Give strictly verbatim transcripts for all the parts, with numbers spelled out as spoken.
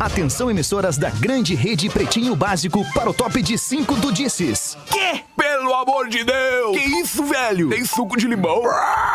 Atenção, emissoras da grande rede Pretinho Básico para o top de cinco do Disses. Quê? Pelo amor de Deus! Que isso, velho? Tem suco de limão?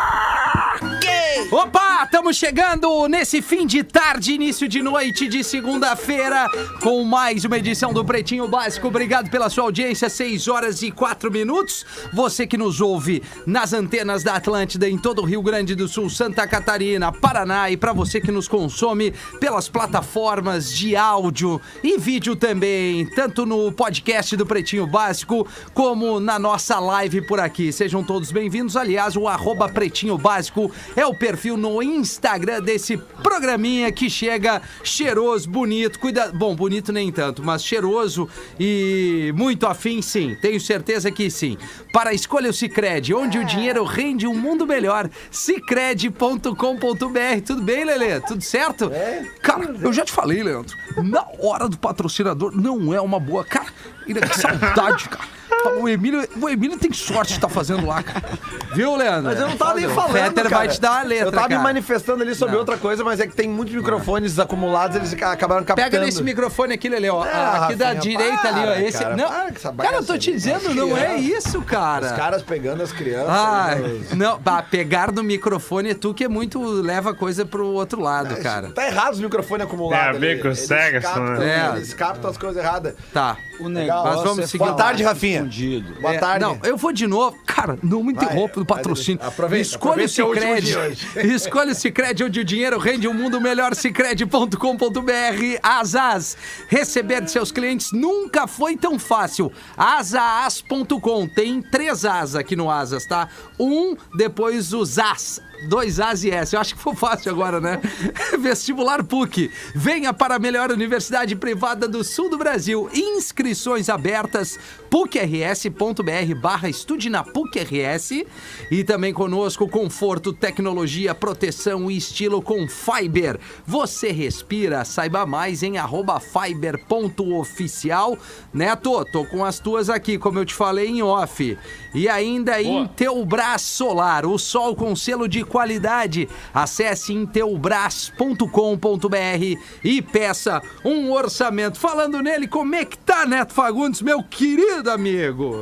Que? Opa, estamos chegando nesse fim de tarde, início de noite de segunda-feira, com mais uma edição do Pretinho Básico. Obrigado pela sua audiência, seis horas e quatro minutos. Você que nos ouve nas antenas da Atlântida em todo o Rio Grande do Sul, Santa Catarina, Paraná, e para você que nos consome pelas plataformas de áudio e vídeo também, tanto no podcast do Pretinho Básico como na nossa live por aqui. Sejam todos bem-vindos. Aliás, o arroba Pretinho Básico é o perfil no Instagram desse programinha que chega cheiroso, bonito, cuida... Bom, bonito nem tanto, mas cheiroso e muito afim, sim. Tenho certeza que sim. Para a escolha o Sicredi, onde o dinheiro rende um mundo melhor. Sicredi ponto com ponto br. Tudo bem, Lelê? Tudo certo? É. Cara, eu já te falei, Leandro, na hora do patrocinador não é uma boa... Cara, que saudade, cara. O Emílio, o Emílio tem sorte de estar fazendo lá, cara. Viu, Leandro? Mas eu não tava nem falando, O Fetter cara. vai te dar a letra, Eu tava cara. me manifestando ali sobre Não. outra coisa, mas é que tem muitos microfones acumulados, eles acabaram captando. Pega nesse microfone aqui, Lelê, ó. Ah, aqui da Rafinha, direita para, ali, ó. Esse... cara, não, para com essa cara, eu tô te bagaça ali. dizendo, não é Criança. isso, cara. Os caras pegando as crianças. Ai, os- não, bah, pegar no microfone é tu que é muito leva a coisa pro outro lado, cara. Tá errado os microfones acumulados. É, a ver ali. com o Eles Sega, captam, né? Eles captam as coisas erradas. Tá. O Legal, mas negócio vamos é seguir. Boa falar tarde, Rafinha. escondido. Boa É, tarde. Não, eu vou de novo. Cara, não me interrompa no Vai, patrocínio. aproveita, Escolha o aproveita que é o último Sicredi. dia hoje. Escolha o Sicredi, onde o dinheiro rende um mundo melhor. Sicredi ponto com ponto br. Asas. Receber de seus clientes nunca foi tão fácil. Asas ponto com. Tem três As aqui no Asas, tá? Um, depois os As. Dois As e S. Eu acho que foi fácil agora, né? Vestibular P U C. Venha para a melhor universidade privada do sul do Brasil. Inscrições abertas. pucrs.br barra estude na PUC-RS. E também conosco conforto, tecnologia, proteção e estilo com Fiber. Você respira. Saiba mais em arroba fiber ponto oficial. Neto, tô com as tuas aqui, como eu te falei em off. E ainda Intelbras Solar, o sol com selo de qualidade. Acesse intelbras ponto com ponto br e peça um orçamento. Falando nele, como é que tá, Neto Fagundes, meu querido amigo?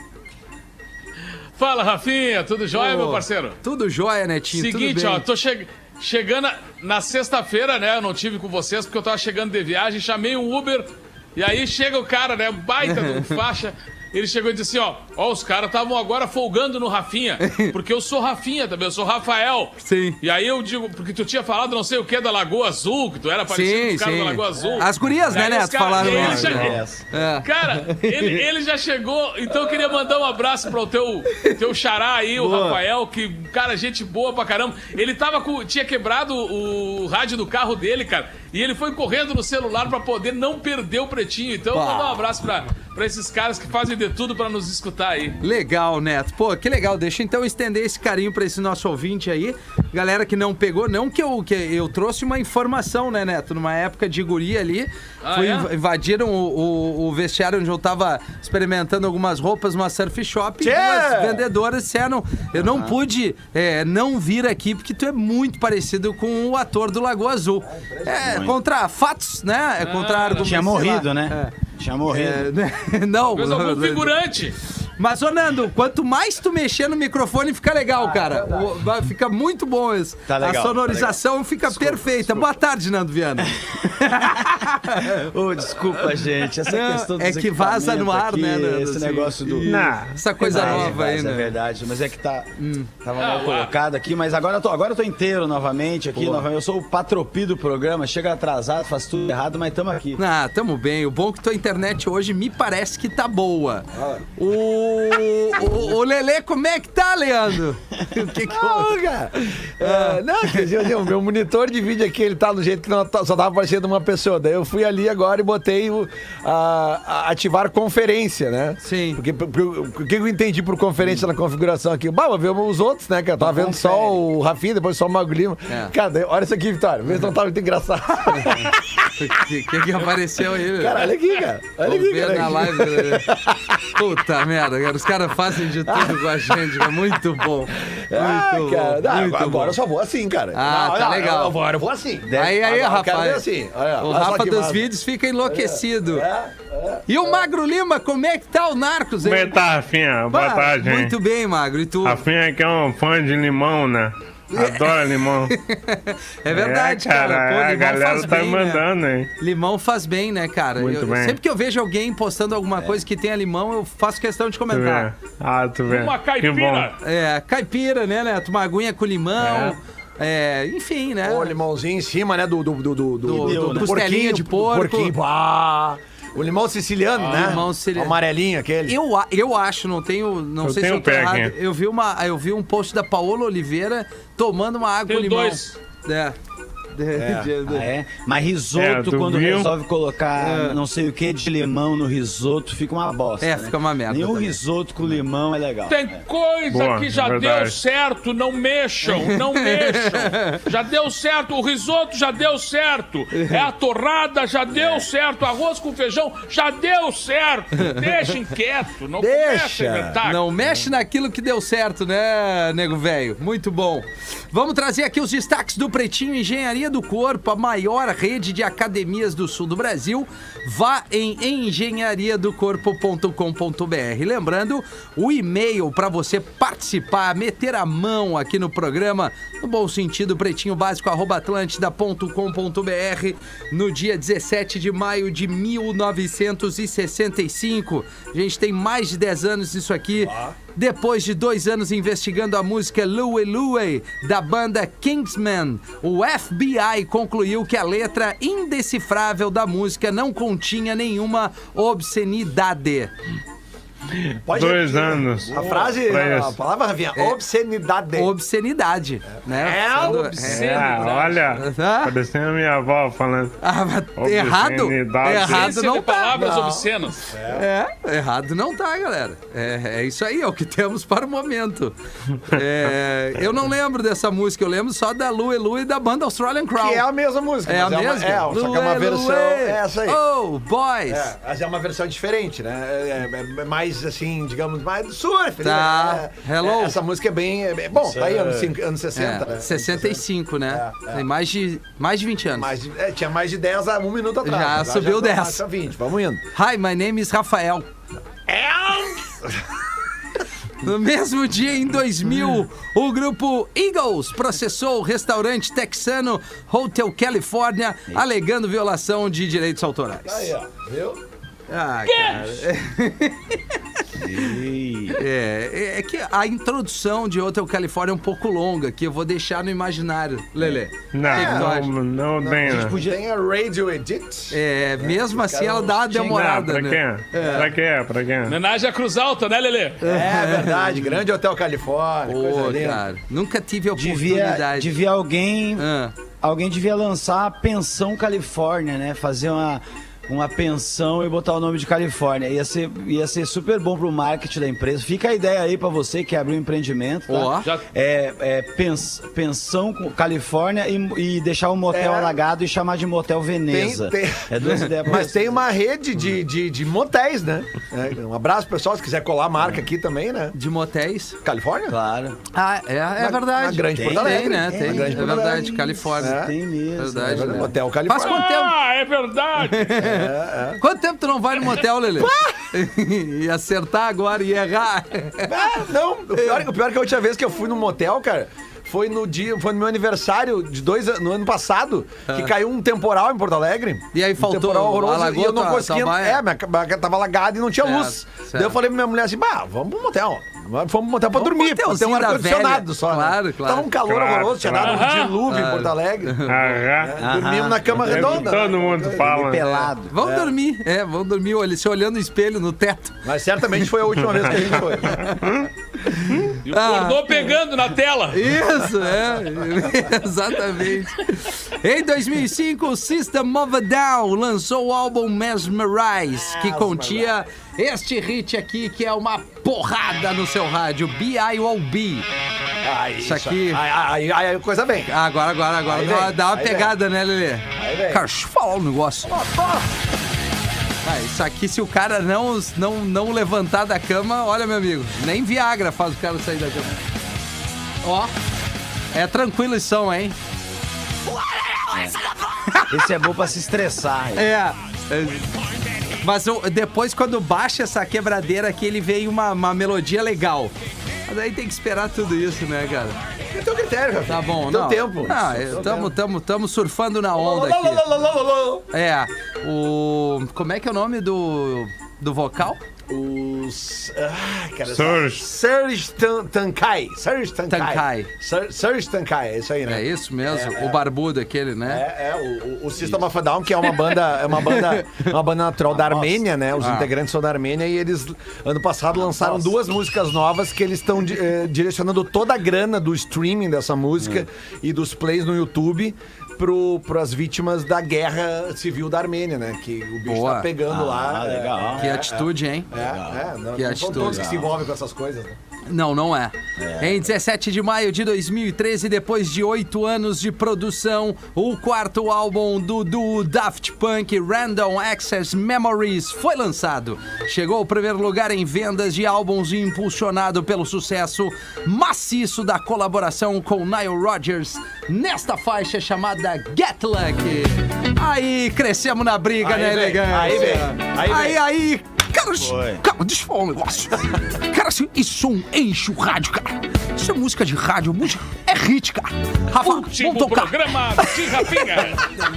Fala, Rafinha, tudo jóia, Ô, meu parceiro? Tudo jóia, Netinho, Seguinte, tudo bem. ó, tô che... chegando na, na sexta-feira, né? Eu não tive com vocês porque eu tava chegando de viagem, chamei um Uber e aí chega o cara, né? Baita de um faixa. Ele chegou e disse assim, ó, ó, os caras estavam agora folgando no Rafinha, porque eu sou Rafinha também, eu sou Rafael. Sim. E aí eu digo, porque tu tinha falado não sei o que da Lagoa Azul, que tu era parecido Sim, com o cara sim. da Lagoa Azul. As gurias, E né, aí Neto, os cara- falaram ele isso. já- É. Cara, ele, ele já chegou, então eu queria mandar um abraço para o teu, teu xará aí, o Rafael, que, cara, gente boa pra caramba. Ele tava com, tinha quebrado o rádio do carro dele, cara, e ele foi correndo no celular pra poder não perder o Pretinho. Então eu vou mandar um abraço pra, pra esses caras que fazem de tudo pra nos escutar aí. Legal, Neto. Pô, que legal. Deixa então eu estender esse carinho pra esse nosso ouvinte aí. Galera que não pegou, não que eu, que eu trouxe uma informação, né, Neto? Numa época de guria ali, Ah, foi, é? inv- invadiram o, o, o vestiário onde eu tava experimentando algumas roupas numa surf shop. Tchê! E duas vendedoras disseram, eu não pude é, não vir aqui porque tu é muito parecido com o ator do Lagoa Azul. É, contra fatos, né? É contra argumentos. Tinha sei lá. morrido, né? Tinha morrido. É, né? Não, Fez algum figurante. mas, ô Nando, quanto mais tu mexer no microfone, fica legal, cara. O- vai- fica muito bom isso. Tá legal, A sonorização fica perfeita. Boa tarde, Nando Viana. Ô, desculpa, gente. Essa Não, questão dos é que vaza no ar, aqui, né, Nando, Esse assim. negócio do... Não. Essa coisa Ah, nova é, aí, É né? verdade, mas é que tá... Tava Ah, mal lá. colocado aqui, mas agora eu tô, agora eu tô inteiro novamente aqui. Novamente. Eu sou o patropi do programa, chega atrasado, faz tudo errado, mas tamo aqui. Ah, tamo bem. O bom é que tua internet hoje me parece que tá boa. O, o, o Lelê, como é que tá, Leandro? O que que Não, houve? cara. É, não, quer dizer, assim, o meu monitor de vídeo aqui, ele tá do jeito que não, só tava aparecendo uma pessoa. Daí eu fui ali agora e botei o a, a ativar conferência, né? Sim. Porque, porque o que eu entendi por conferência na configuração aqui? Bah, vou ver os outros, né? Que eu tava vendo só o Rafinha, depois só o Mago Lima. É. Cara, daí, olha isso aqui, Vitória. Vê se não tá muito engraçado. O que, que que apareceu aí, Lelê? Cara, olha aqui, cara. Olha Vamos aqui, ver cara. na live, Lelê. Puta merda, cara. Os caras fazem de tudo com a gente, é muito bom. Ah, Muito cara. bom, Não, muito agora bom. eu só vou assim, cara. Ah, Não, tá não, legal. eu- Agora eu vou assim. Aí, aí, Agora eu rapaz. quero ver assim. Olha, O olha só Rafa que dos massa. vídeos fica enlouquecido. É, é. E o Magro Lima, como é que tá o Narcos, hein? Como é que tá, Rafinha? Boa Pá, tarde, hein? Muito bem, Magro. E tu? Rafinha que é um fã de limão, né? Adora limão. É verdade, é, cara. cara. Pô, a limão galera faz tá bem, né? mandando, hein? Limão faz bem, né, cara? Muito Eu- bem. Sempre que eu vejo alguém postando alguma coisa que tenha limão, eu faço questão de Tu vê. comentar. Ah, tu vê. Uma Que caipira. bom. É, caipira, né, Neto? Uma aguinha com limão. É, enfim, né? Ó, o limãozinho em cima, né? Do, do, do, do, Do- do costelinha de porco. Porquinho, ah, o limão siciliano, né? limão siciliano. O amarelinho aquele. Eu, a- eu acho, não tenho, não Eu sei tenho se eu tô pé errado. aqui. Eu vi uma, eu vi um post da Paola Oliveira tomando uma água com Tenho limão. dois. É. Ah, é? Mas risoto, É, tu quando viu? resolve colocar não sei o que de limão no risoto, fica uma bosta. É, né? fica uma merda Nenhum também. risoto com limão é legal. Tem coisa Boa, que já verdade. deu certo, não mexam, não mexam. Já deu certo, o risoto já deu certo. É a torrada, já deu certo. Arroz com feijão, já deu certo. Deixem quieto, não comece a inventar. Não mexe naquilo que deu certo, né, nego velho? Muito bom. Vamos trazer aqui os destaques do Pretinho Engenharia do Corpo, a maior rede de academias do sul do Brasil. Vá em engenharia do corpo ponto com ponto b r. Lembrando, o e-mail para você participar, meter a mão aqui no programa, no bom sentido, pretinho básico arroba atlântida ponto com ponto b r, no dia dezessete de maio de mil novecentos e sessenta e cinco. A gente tem mais de dez anos disso aqui. Depois de dois anos investigando a música Louie Louie, da banda Kingsman, o F B I concluiu que a letra indecifrável da música não continha nenhuma obscenidade. Pode Dois anos. A frase, Pra a isso. palavra, Ravinha, obscenidade. Obscenidade, né? É, Sendo- obsceno. É, olha, Tá? parecendo a minha avó falando. Ah, mas errado, Obscenidade. errado Ciência não de tá. palavras Não. obscenas. É, errado não tá, galera. É, é isso aí, é o que temos para o momento. É, eu não lembro dessa música, eu lembro só da Louie Louie da banda Australian Crown. Que é a mesma música. É a mas mesma? É, uma, é, só que é uma Louie, versão. Louie. É essa aí. Oh, boys! É, mas é uma versão diferente, né? É, é- é mais assim, digamos, mais do surf. Tá. Né? É, Hello. é, essa música é bem. É, é- bom, tá aí, anos, cinco- anos sessenta, É, né? sessenta e cinco, né? É, é. Tem mais de, mais de vinte anos. Mais de- é, tinha mais de dez a um minuto atrás. Já Agora subiu tô dez. mais pra vinte, vamos indo. Hi, my name is Rafael. No mesmo dia, em dois mil, o grupo Eagles processou o restaurante texano Hotel California, alegando violação de direitos autorais. Aí, ó, viu? Ah, cara. É, é que a introdução de Hotel California é um pouco longa, que eu vou deixar no imaginário, Lelê. Não, O que que tu acha? não, não tem, né? Tem a Radio Edit. É, mesmo assim ela dá uma Não, demorada, pra né? quê? Pra quê? Pra quê? Homenagem à Cruz Alta, né, Lelê? É verdade, grande Hotel Califórnia, Pô, coisa linda. cara, nunca tive a Devia, oportunidade. devia alguém, Ah. alguém devia lançar a Pensão Califórnia, né? Fazer uma, uma pensão e botar o nome de Califórnia. Ia ser, ia ser super bom pro marketing da empresa. Fica a ideia aí pra você que abriu um empreendimento, tá? Ó. Já- É, é pens- pensão com Califórnia e, e deixar o motel É. alagado e chamar de motel Veneza. Tem- tem- É duas ideias pra Mas você. tem uma rede de, de, de motéis, né? É, um abraço, pessoal, se quiser colar a marca aqui também, né? De motéis. Califórnia? Claro. Ah, é, é Na- verdade. na grande tem, Porto Alegre. tem, né? Tem, Tem, na grande é Porto verdade, Alegre. Califórnia. É. Tem mesmo. Verdade, é né? Hotel Faz Califórnia. quanto tempo? Ah, é verdade. Quanto tempo tu não vai no motel, Lelê? E acertar agora e errar. Ah, não, o pior, o pior é que a última vez que eu fui no motel, cara, foi no dia, foi no meu aniversário de dois an- no ano passado, que caiu um temporal em Porto Alegre. E aí Um faltou, temporal horroroso alagou e eu não tua- conseguia. tua baia? É, minha ca- tava alagada e não tinha Certo, luz. certo. Daí eu falei pra minha mulher assim: bah, vamos pro motel. Vamos pro motel pra Vamos pro dormir, porque tem um motelzinho da ar-condicionado velha. só. né? Claro, claro. Tava um calor Claro, horroroso, tinha dado um claro. dilúvio em Claro. Porto Alegre. Aham. Dormimos na cama É o que redonda. todo né? mundo fala. né? Pelado. Vamos dormir, é, vamos dormir, olha, se olhando no espelho, no teto. Mas certamente foi a última vez que a gente foi. E o pornô pegando na tela. Isso, é, exatamente. Em dois mil e cinco, o System of a Down lançou o álbum Mesmerize, que continha este hit aqui, que é uma porrada no seu rádio, B I O B. Ah, Isso aqui- Aí, aí, aí, aí coisa bem. Agora, agora, agora, Aí dá, uma- vem, dá uma aí pegada, né, Lelê? Aí vem. Cara, deixa eu falar um negócio. Ah, isso aqui, se o cara não, não, não levantar da cama, olha, meu amigo, nem Viagra faz o cara sair da cama. Ó, é tranquilo esse som, hein? Esse é bom pra se estressar. hein? É. Mas o- depois, quando baixa essa quebradeira aqui, ele vem uma, uma melodia legal. Mas aí tem que esperar tudo isso, né, cara? É teu critério, Rafinha. Tá bom, Teu não. tempo. Ah, Teu tamo, tempo. tamo, tamo surfando na onda aqui. É, o... Como é que é o nome do, do vocal? Os. Ah, cara. Surge. Serge Tan- Tankai. Serge Tankai. Tankai. Ser- Serge Tankai, é isso aí, né? É isso mesmo? O barbudo aquele, né? É, é, o, o- o System of a Down, que é uma banda, é uma banda, uma banda natural da Armênia, né? Os Ah. integrantes são da Armênia e eles, ano passado, lançaram duas músicas novas que eles estão di- eh, direcionando toda a grana do streaming dessa música e dos plays no YouTube para as vítimas da guerra civil da Armênia, né? Que o bicho Boa. tá pegando lá. Ah, é, legal. Que atitude, hein? É, é, não, Que não atitude. são todos que se envolvem com essas coisas, né? Não, não é. Em dezessete de maio de dois mil e treze, depois de oito anos de produção, o quarto álbum do, do Daft Punk, Random Access Memories, foi lançado. Chegou ao primeiro lugar em vendas de álbuns e impulsionado pelo sucesso maciço da colaboração com Nile Rodgers nesta faixa chamada Get Lucky. Aí crescemos na briga, Aí né, vem, elegância? aí vem, aí Aí, vem. aí, cara, Foi. cara, deixa eu falar um negócio. Cara, assim, esse som enche o rádio, cara. Isso é música de rádio, música é hit, cara. Rafa, Último vamos tocar. programa de Rafinha.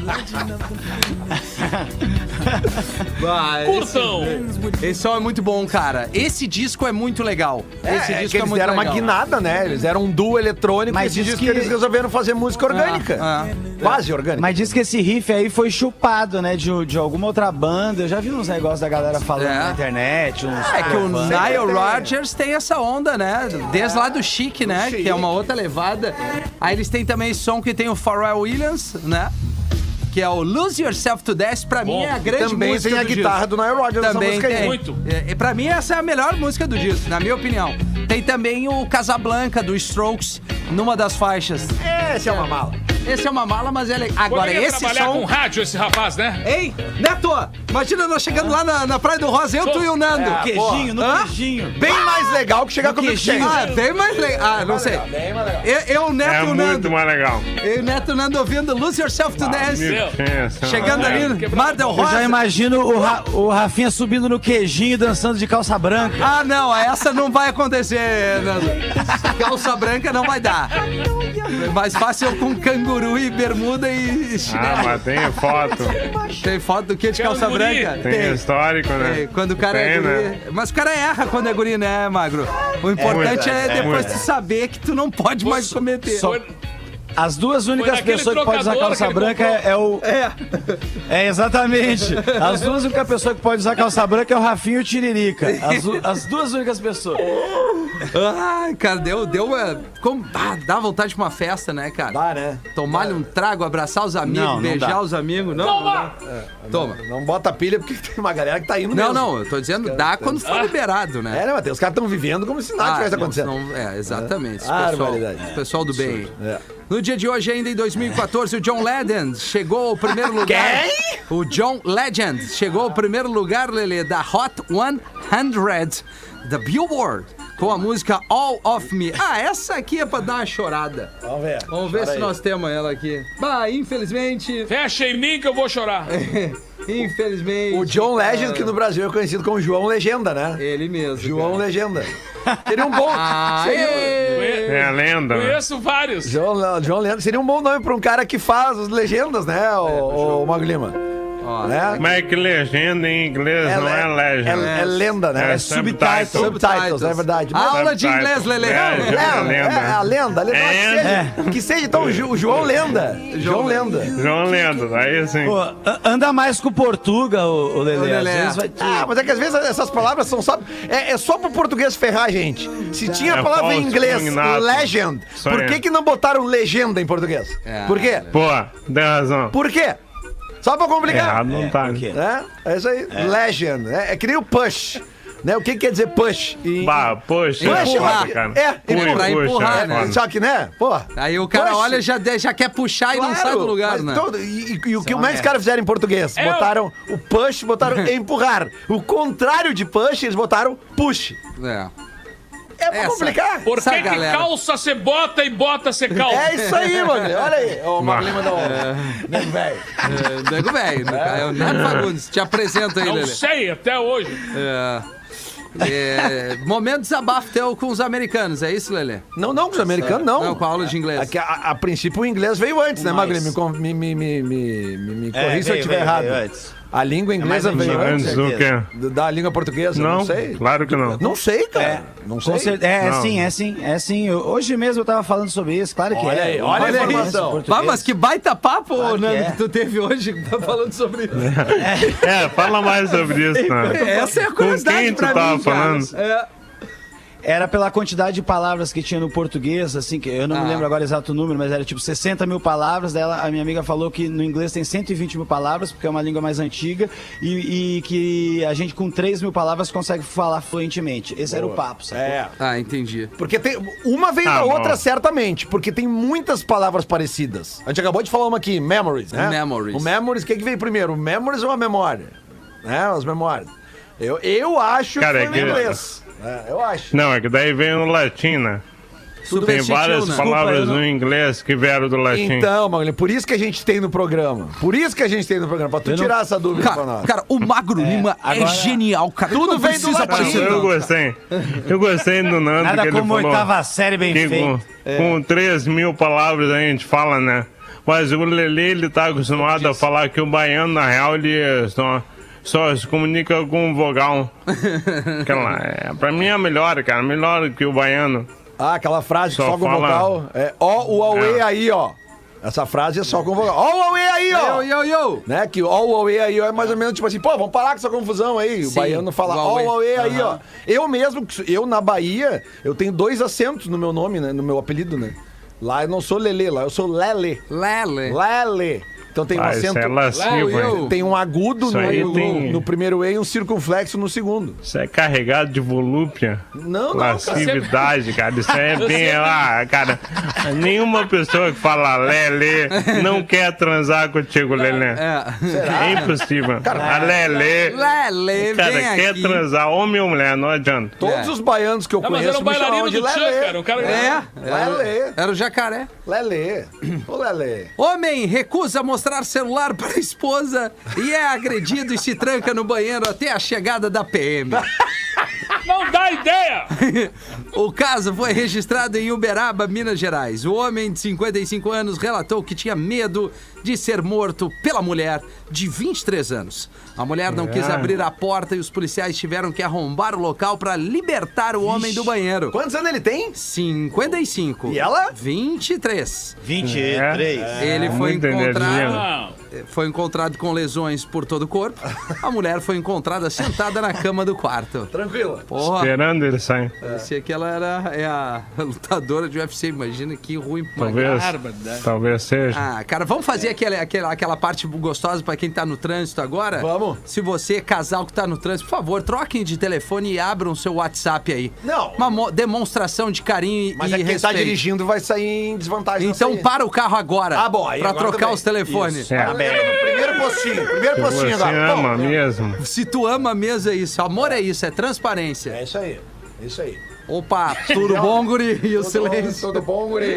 Vai, Curtam. Esse, esse som é muito bom, cara. Esse disco é muito legal. É, Esse é disco que é eles muito deram uma legal. guinada, né? Eles eram um duo eletrônico, Mas mas esse diz disco que- eles resolveram fazer música orgânica. Ah, Quase orgânica. Mas diz que esse riff aí foi chupado, né? De, de alguma outra banda. Eu já vi uns negócios da galera falando É. na internet. Uns É que o fãs. Nile Rodgers tem essa onda, né? Desde lá do Chic, né? Que é uma outra levada. Aí eles têm também esse som que tem o Pharrell Williams, né? Que é o Lose Yourself to Death. Pra mim é a grande Também música tem a do guitarra disco. do Nile Rodgers nessa Também música aí. tem. Muito. É, e pra mim essa é a melhor música do disco, na minha opinião. Tem também o Casablanca do Strokes numa das faixas. Esse é uma mala. Esse é uma mala, mas é legal. Agora Poderia esse trabalhar som... com rádio esse rapaz, né? Ei, Neto, imagina nós chegando lá na, na Praia do Rosa, eu, tu e o Nando. É, Queijinho, no Hã? queijinho. Bem mais legal que chegar comigo queijinho. cheio. Ah, bem mais legal. Ah, não sei. Bem mais legal. Eu, eu, o Neto É e o muito Nando. mais legal. Eu e o Neto e o Nando ouvindo Lose Yourself to Dance. Meu. Pensa, Chegando é. ali, quebrando Mar del Eu já Rosa. imagino o, Ra- o Rafinha subindo no queijinho e dançando de calça branca. Ah, não, essa não vai acontecer, Nando. Calça branca não vai dar. É mais fácil com canguru e bermuda e Ah, chinelo. mas tem foto. Tem foto do que de calça Canguri. branca? Tem histórico, né? Tem, quando o cara tem, é guri. né? Mas o cara erra quando é guri, né, Magro? O importante é, muito, é depois muito. tu saber que tu não pode mais cometer. Só- As duas únicas naquele pessoas que podem usar trocador calça que ele branca é, é o. É. É, exatamente. As duas únicas pessoas que podem usar calça branca é o Rafinha e o Tiririca. As, u- as duas únicas pessoas. Ai, cara, deu, deu uma... Como, ah, dá vontade de uma festa, né, cara? Dá, né? Tomar-lhe um trago, abraçar os amigos, Não, não beijar dá. os amigos. Não, Toma! Toma. Não bota pilha porque tem uma galera que tá indo Não, mesmo. não, eu tô dizendo dá quando for liberado, né? É, né, Matheus? Os caras estão vivendo como se nada Ah, tivesse não, acontecendo. não- é, exatamente. Esse Ah, pessoal, barbaridade. esse pessoal do bem. É. No dia de hoje, ainda em dois mil e quatorze, o John Legend chegou ao primeiro lugar. Quem? O John Legend chegou ao primeiro lugar, Lelê, da Hot cem da Billboard, com a música All of Me. Ah, essa aqui é pra dar uma chorada. Vamos ver. Vamos ver Chora se aí. nós temos ela aqui. Bah, infelizmente, Fecha em mim que eu vou chorar. infelizmente. O John Legend, que no Brasil é conhecido como João Legenda, né? Ele mesmo. João cara. Legenda. Seria um bom. Ah, seria, ê! É a lenda, né? Conheço vários. João, João Legenda seria um bom nome pra um cara que faz as legendas, né, o, o Mago Lima? Ó, Né? Mas é que legenda em inglês não é legenda. É, é lenda, né? É É subtitle. subtitles, é verdade. Mas- Aula de inglês, Lelê. É, É, a lenda. é, a lenda. A lenda. É. Que, seja, que seja, então, o João Lenda. João Lenda. João Lenda, aí sim. Pô, a- anda mais com o Portuga, o, o Lelê. Ô, Lelê. Às vezes vai te... Ah, mas é que às vezes essas palavras são só. É, é só pro português ferrar, gente. Se tinha a É palavra em falso, inglês, cognato. legend, Isso por aí. que, que não botaram legenda em português? É. Por quê? Pô, tem razão. Por quê? Só pra complicar. Errado não tá. por quê? É, é isso aí. Legend. É, é que nem o push. Né? O que, que quer dizer push? Em- Bah, poxa, Empurrar. empurrar, cara. É, Pui, empurrar, puxa, empurrar, é né? foda. Só que, né? Pô. Aí o cara push. olha e já, de- já quer puxar e não sai do lugar, mas né? todo- e, e- e o que é uma mais os caras fizeram em português? É o- botaram o push, botaram empurrar. O contrário de push, eles botaram push. É. É pra Essa. complicar. Por Essa que, que galera. calça você bota e bota você calça? É isso aí, mano. Olha aí. Ô, Magro Lima da Nego velho. É, nego velho. É o Neto Fagundes. Te apresenta aí, Não Lelê. sei, até hoje. É. É, momento desabafo teu com os americanos, é isso, Lelê? Não, não, com os americanos não. Não, com a aula de inglês. Aqui, a, a princípio o inglês veio antes, né, Magro? Me, con- me, me, me, me, me, me É, corrija se eu veio, estiver veio, errado. veio antes. A língua inglesa mais veio antigo. antes Antes do quê? da língua portuguesa, não, Não, sei. claro que não. Não sei, cara. Não sei. Com cer- É, Não. sim, é sim, é sim. Eu- hoje mesmo eu tava falando sobre isso, claro que Olha é. aí, olha a Olha aí, informação. português. Ah, mas que baita papo, Claro que Nando, é. que tu teve hoje, que tá falando sobre isso. É, fala mais sobre isso, né? Essa é a Com curiosidade quem tu pra tava mim, cara. falando? É. Era pela quantidade de palavras que tinha no português, assim, que eu não Ah. me lembro agora exato o número, mas era tipo sessenta mil palavras. Daí ela- a minha amiga falou que no inglês tem cento e vinte mil palavras, porque é uma língua mais antiga, e, e que a gente com três mil palavras consegue falar fluentemente. Esse era o papo, sabe? É. Ah, entendi. Porque tem, uma vem Ah, da bom. outra, certamente. Porque tem muitas palavras parecidas. A gente acabou de falar uma aqui, memories, né? Memories. O memories, o que, que veio primeiro? O memories ou a memória? Né? As memórias. Eu, eu acho Cara, que é foi no que- inglês. É, eu acho. Não, é que daí vem no latim, né? Tem Superstitiu, várias né? palavras Desculpa, eu no inglês que vieram do latim. Então, Magno, por isso que a gente tem no programa. Por isso que a gente tem no programa, pra tu tirar essa dúvida pra Cara, nós. cara, o Magro Lima é agora- genial, cara. Tudo Não vem do precisa latim. aparecer eu tanto, cara. gostei. Eu gostei do Nando Nada que ele como falou. oitava série bem que com, feito. com três mil palavras a gente fala, né? Mas o Lelê, ele tá acostumado a falar que o baiano, na real, ele só, só se comunica com vogal. Aquela, é, pra mim é melhor, cara. Melhor que o baiano. Ah, aquela frase Só só, com fala- vocal. É ó o auê É. aí, ó. Essa frase é só com vogal. Ó o auê aí, ó. Yo, yo, yo. Né? Que ó o auê aí ó, é mais ou menos tipo assim, pô, vamos parar com essa confusão aí. O Sim, baiano fala o ó auê. o auê aí, ó. Eu mesmo, eu na Bahia, eu tenho dois acentos no meu nome, né? No meu apelido, né? Lá eu não sou Lelê, lá eu sou Lele. Lele. Lele. Então tem um Ah, acento. isso é lascivo, Léo, hein? Tem um agudo Isso no, aí no- tem- no primeiro E e um circunflexo no segundo. Isso é carregado de volúpia. Não, não, Lascividade, cara. Isso é bem lá, cara. Nenhuma pessoa que fala Lelê não quer transar contigo, Lelê. É. É impossível. A Lelê. Lele, Cara, vem quer aqui. transar homem ou mulher, não adianta. Todos É. os baianos que eu Não, mas era conheço um me chamavam bailarino de do Tchan, Lelê. cara. O cara... É, era, Lelê. era o jacaré. Lelê. Ô, Lelê. Homem recusa mostrar celular para a esposa e é agredido e se tranca no banheiro até a chegada da P M. Não dá ideia! O caso foi registrado em Uberaba, Minas Gerais. O homem de cinquenta e cinco anos relatou que tinha medo de ser morto pela mulher de vinte e três anos. A mulher não quis abrir a porta e os policiais tiveram que arrombar o local para libertar o homem do banheiro. Quantos anos ele tem? cinquenta e cinco. E ela? vinte e três. vinte e três. Ele foi muita encontrado, energia. Não. foi encontrado com lesões por todo o corpo. A mulher foi encontrada sentada na cama do quarto. Tranquila. Porra, Esperando ele sair. parecia que ela era é a lutadora de U F C. Imagina que ruim. Talvez, barbaridade. talvez seja. Ah, cara, vamos fazer aquela, aquela, aquela parte gostosa pra quem tá no trânsito agora? Vamos. Se você, casal que tá no trânsito, por favor, troquem de telefone e abram seu WhatsApp aí. Não. Uma mo- demonstração de carinho Mas e é que quem tá respeito. dirigindo vai sair em desvantagem. nessa Então aí. para o carro agora. Ah, bom, aí pra agora trocar também. os telefones. É. Tá vendo? Primeiro postinho. Primeiro Se postinho você agora. ama Bom, mesmo. Se tu ama mesmo, é isso. Amor é isso, é transparência. É isso aí. É isso aí. Opa, tudo bom, guri? E o Tudo silêncio? bom, tudo bom, guri?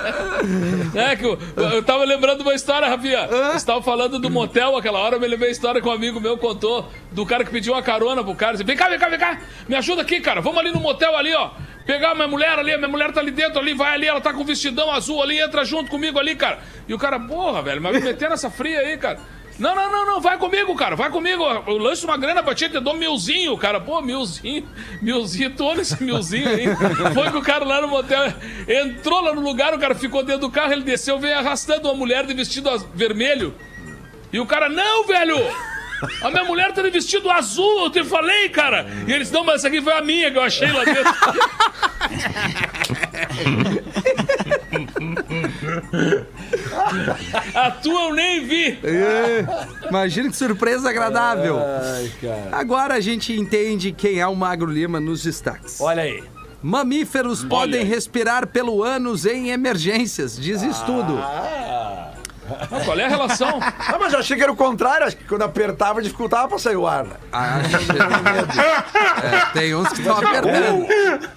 É que eu, eu tava lembrando de uma história, Rafinha. Você tava falando do motel aquela hora, eu me lembrei a história que um amigo meu contou do cara que pediu uma carona pro cara. Disse, vem cá, vem cá, vem cá. Me ajuda aqui, cara. Vamos ali no motel ali, ó. Pegar a minha mulher ali, a minha mulher tá ali dentro ali, vai ali, ela tá com um vestidão azul ali, entra junto comigo ali, cara. E o cara, porra, velho, mas me meter nessa fria aí, cara. Não, não, não, não, vai comigo, cara, vai comigo. Eu lanço uma grana pra ti, te dou milzinho, cara. Pô, milzinho, milzinho, tô nesse milzinho aí. Foi com o cara lá no motel, entrou lá no lugar, o cara ficou dentro do carro, ele desceu, veio arrastando uma mulher de vestido az- vermelho. E o cara, não, velho! A minha mulher tá de vestido azul, eu te falei, cara! E eles, não, mas essa aqui foi a minha que eu achei lá dentro. A tua eu nem vi. Imagina que surpresa agradável. Ai, cara. Agora a gente entende quem é o Magro Lima nos destaques. Olha aí. Mamíferos podem respirar pelo ânus em emergências, diz estudo. Ah. Ah, qual é a relação? Ah, mas eu achei que era o contrário. Acho que quando apertava, dificultava pra sair o ar. Né? Ah, acho que tem medo. É, tem uns que estão apertando.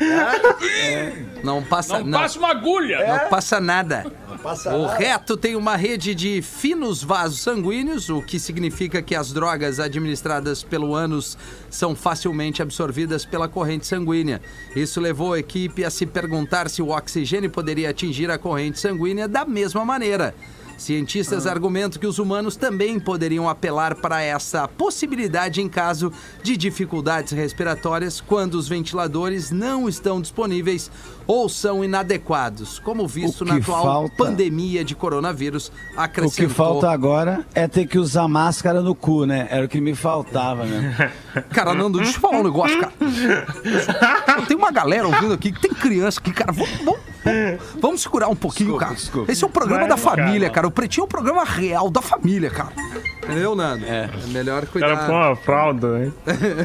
Não passa Não, não, passa uma agulha. não passa nada. Passa O nada. reto tem uma rede de finos vasos sanguíneos, o que significa que as drogas administradas pelo ânus são facilmente absorvidas pela corrente sanguínea. Isso levou a equipe a se perguntar se o oxigênio poderia atingir a corrente sanguínea da mesma maneira. Cientistas Ah. argumentam que os humanos também poderiam apelar para essa possibilidade em caso de dificuldades respiratórias quando os ventiladores não estão disponíveis ou são inadequados, como visto O na que atual falta- pandemia de coronavírus, O acrescentou. que falta agora é ter que usar máscara no cu, né? Era o que me faltava, né? Cara, Nando, deixa eu falar um negócio, cara. Tem uma galera ouvindo aqui, tem criança aqui, cara. Vamos, vamos, vamos segurar um pouquinho, Desculpa, cara. desculpa. Esse é o programa Vai, da família, cara. cara. O Pretinho é o programa real da família, cara. Entendeu, Nando? É. É melhor O cara põe cuidar. uma fralda, hein?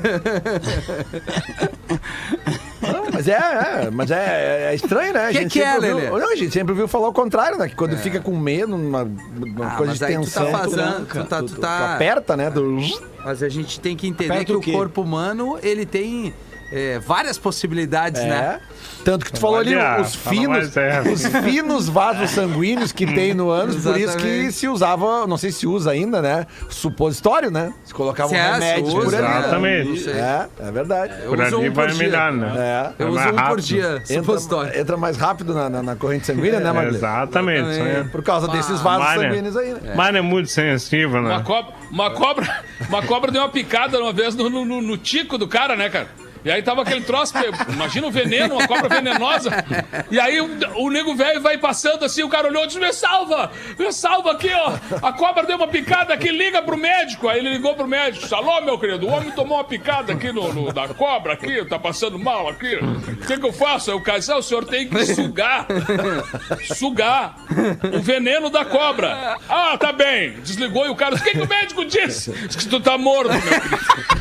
Não, mas é, é, mas é, é estranho, né? A Que gente que é, sempre Lelê? ouviu- Não, a gente sempre ouviu falar o contrário, né? Que quando fica com medo, uma, uma Ah, coisa mas de aí tu tensão, tá fazendo, tu tá- tu, tu tu tá- aperta, né? Do... Mas a gente tem que entender Aperta que o o quê? corpo humano, ele tem é, várias possibilidades, né? É. Tanto que tu falou ali, Olha, os fala finos, mais, é. os finos vasos sanguíneos que tem no ânus, por isso que Exatamente. se usava, não sei se usa ainda, né? Supositório, né? Se colocava Se um é, se remédio usa, por ali. né? Exatamente. Não sei. É, é verdade. Eu Por uso ali um vai por dia. melhor, né? É. Eu É uso mais um por rápido. dia, supositório. Entra, entra mais rápido na, na, na corrente sanguínea, né, Marlene? Exatamente. isso aí. Por causa desses vasos Mas, né? sanguíneos aí, né? Mas é muito sensível, Uma né? cobra, uma cobra, uma cobra deu uma picada uma vez no, no, no- no tico do cara, né, cara? E aí tava aquele troço, imagina o veneno, uma cobra venenosa. E aí o, o nego velho vai passando assim, o cara olhou e disse, me salva, me salva aqui, ó. A cobra deu uma picada aqui, liga pro médico. Aí ele ligou pro médico, disse, alô, meu querido, o homem tomou uma picada aqui no, no- da cobra aqui, tá passando mal aqui. O que que eu faço? Aí o cara disse, ah, o senhor tem que sugar, sugar o veneno da cobra. Ah, tá bem. Desligou e o cara disse, o que que o médico disse? Disse que tu tá morto, meu querido.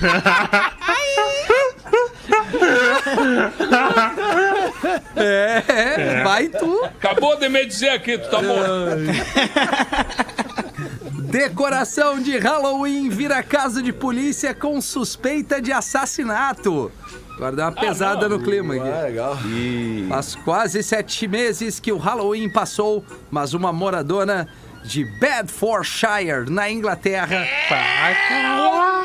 É, vai tu. Acabou de me dizer aqui, tu tá morto. Decoração de Halloween vira casa de polícia com suspeita de assassinato. Agora dá uma pesada no clima aqui. Ah, legal. Faz quase sete meses que o Halloween passou, mas uma moradora de Bedfordshire, na Inglaterra. Ah,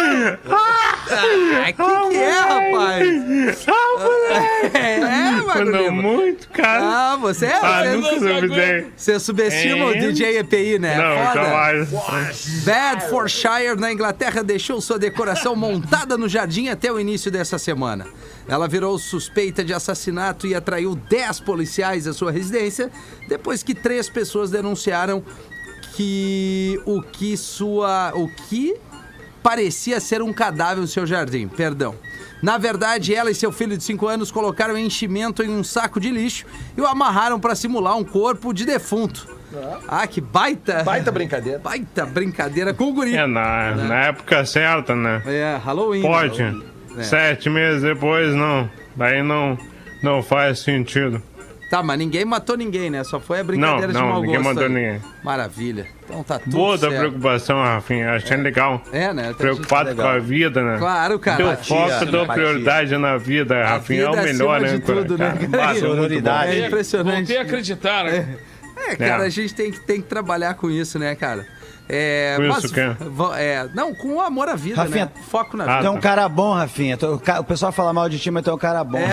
que que é, rapaz? É, Mandou Magulho. muito, cara. Ah, você é? Ah, você, nunca duvidei. você subestima o É. D J E P I, né? Não, Foda. jamais. Bedfordshire, na Inglaterra, deixou sua decoração montada no jardim até o início dessa semana. Ela virou suspeita de assassinato e atraiu dez policiais à sua residência, depois que três pessoas denunciaram que o que sua... o que parecia ser um cadáver no seu jardim, perdão. Na verdade, ela e seu filho de cinco anos colocaram enchimento em um saco de lixo e o amarraram para simular um corpo de defunto. Ah, que baita... Baita brincadeira. Baita brincadeira com o guri. É, na, na época certa, né? É, Halloween. Pode. Halloween. É. Sete meses depois, não. Daí não, não faz sentido. Tá, mas ninguém matou ninguém, né? Só foi a brincadeira Não, de não, mau ninguém gosto matou aí. ninguém. Maravilha. Então tá tudo Boa da certo. preocupação, Rafinha. Achei legal. É, né? Tem Preocupado gente com a vida, né? Claro, cara. Teu Empatia, foco, tua empatia. prioridade na vida, Rafinha, é vida o melhor, acima né? de tudo, né, cara? cara? Bah, muito bom. Prioridade. É impressionante. Voltei a acreditar, né? É, cara, É. a gente tem que, tem que trabalhar com isso, né, cara? É, Com mas, isso, quê? va- é, não, com o amor à vida, Rafinha, né? Foco na Ah, vida. Tu é um cara bom, Rafinha. Tu- o ca- O pessoal fala mal de ti, mas tu é um cara bom.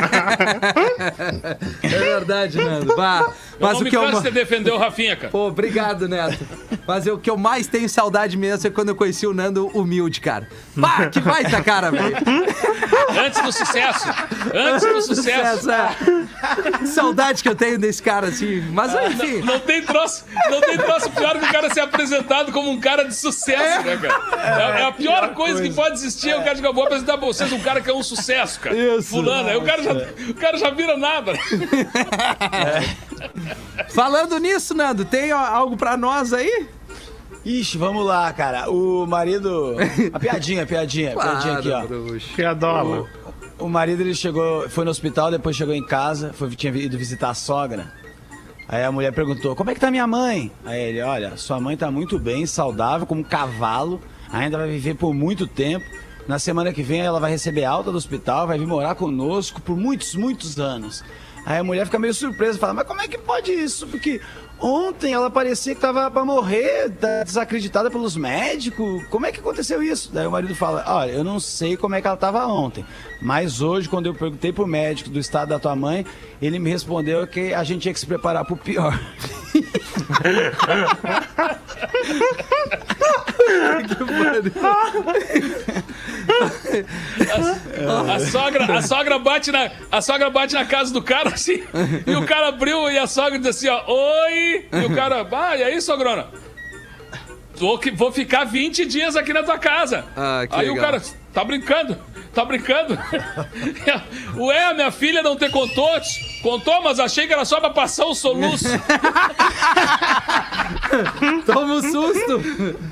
É verdade, Nando. Bah, Eu mas não o me que eu... canso de defender o Rafinha, cara. Pô, obrigado, Neto. Mas o que eu mais tenho saudade mesmo é quando eu conheci o Nando humilde, cara. Pá, que baita cara, velho. Antes do sucesso. Antes do sucesso. é. Saudade que eu tenho desse cara, assim. Mas, enfim. Não tem troço, não tem troço pior que o cara ser apresentado como um cara de sucesso, né, cara? É, é a pior coisa, que pode existir. É o cara dizer, eu vou apresentar pra vocês um cara que é um sucesso, cara. Isso. Fulano. Aí o cara já, o cara já vira nada. Falando nisso, Nando, tem ó, algo pra nós aí? Ixi, vamos lá, cara. O marido. A piadinha, a piadinha, a piadinha aqui, ó. bruxo. Que adora. O marido, ele chegou, foi no hospital, depois chegou em casa, foi, tinha ido visitar a sogra. Aí a mulher perguntou, como é que tá minha mãe? Aí ele, olha, sua mãe tá muito bem, saudável, como um cavalo, ainda vai viver por muito tempo. Na semana que vem ela vai receber alta do hospital, vai vir morar conosco por muitos, muitos anos. Aí a mulher fica meio surpresa, fala, mas como é que pode isso? Porque ontem ela parecia que tava pra morrer, tá desacreditada pelos médicos. Como é que aconteceu isso? Daí o marido fala, olha, eu não sei como é que ela tava ontem, mas hoje, quando eu perguntei pro médico do estado da tua mãe, ele me respondeu que a gente tinha que se preparar pro pior. A, a, sogra, a, sogra bate na, a sogra bate na casa do cara assim, e o cara abriu e a sogra diz assim, ó, oi, e o cara, ah, e aí, sogrona? Vou, vou ficar vinte dias aqui na tua casa. Ah, que aí legal. O cara, tá brincando? Tá brincando? Ué, a minha filha não te contou? Contou, mas achei que era só pra passar o soluço. Toma um susto.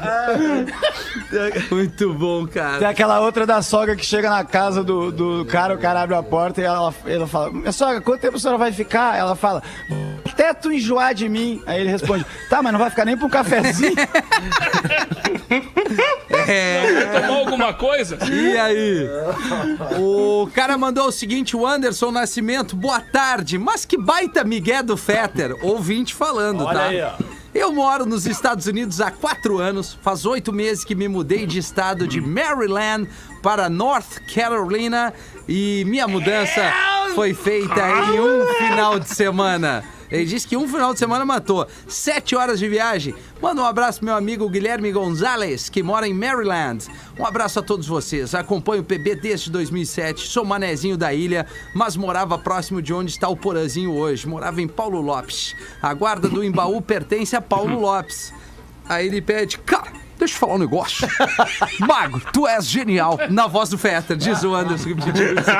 Muito bom, cara. Tem aquela outra da sogra que chega na casa do, do cara, o cara abre a porta e ela, ela fala, minha sogra, quanto tempo a senhora vai ficar? Ela fala, até tu enjoar de mim. Aí ele responde, tá, mas não vai ficar nem pra um cafezinho? É. Vai tomar alguma coisa? E aí? O cara mandou o seguinte, o Anderson Nascimento, boa tarde, mas que baita migué do Fetter, ouvinte falando, Olha tá? aí, ó. Eu moro nos Estados Unidos há quatro anos, faz oito meses que me mudei de estado de Maryland para North Carolina e minha mudança foi feita em um final de semana. Ele disse que um final de semana matou. Sete horas de viagem. Manda um abraço pro meu amigo Guilherme Gonzalez, que mora em Maryland. Um abraço a todos vocês. Acompanho o P B desde dois mil e sete. Sou manezinho da ilha, mas morava próximo de onde está o Porazinho hoje. Morava em Paulo Lopes. A guarda do Embaú pertence a Paulo Lopes. Aí ele pede, cara, deixa eu falar um negócio. Mago, tu és genial. Na voz do Fetter, diz o Anderson que pediu isso.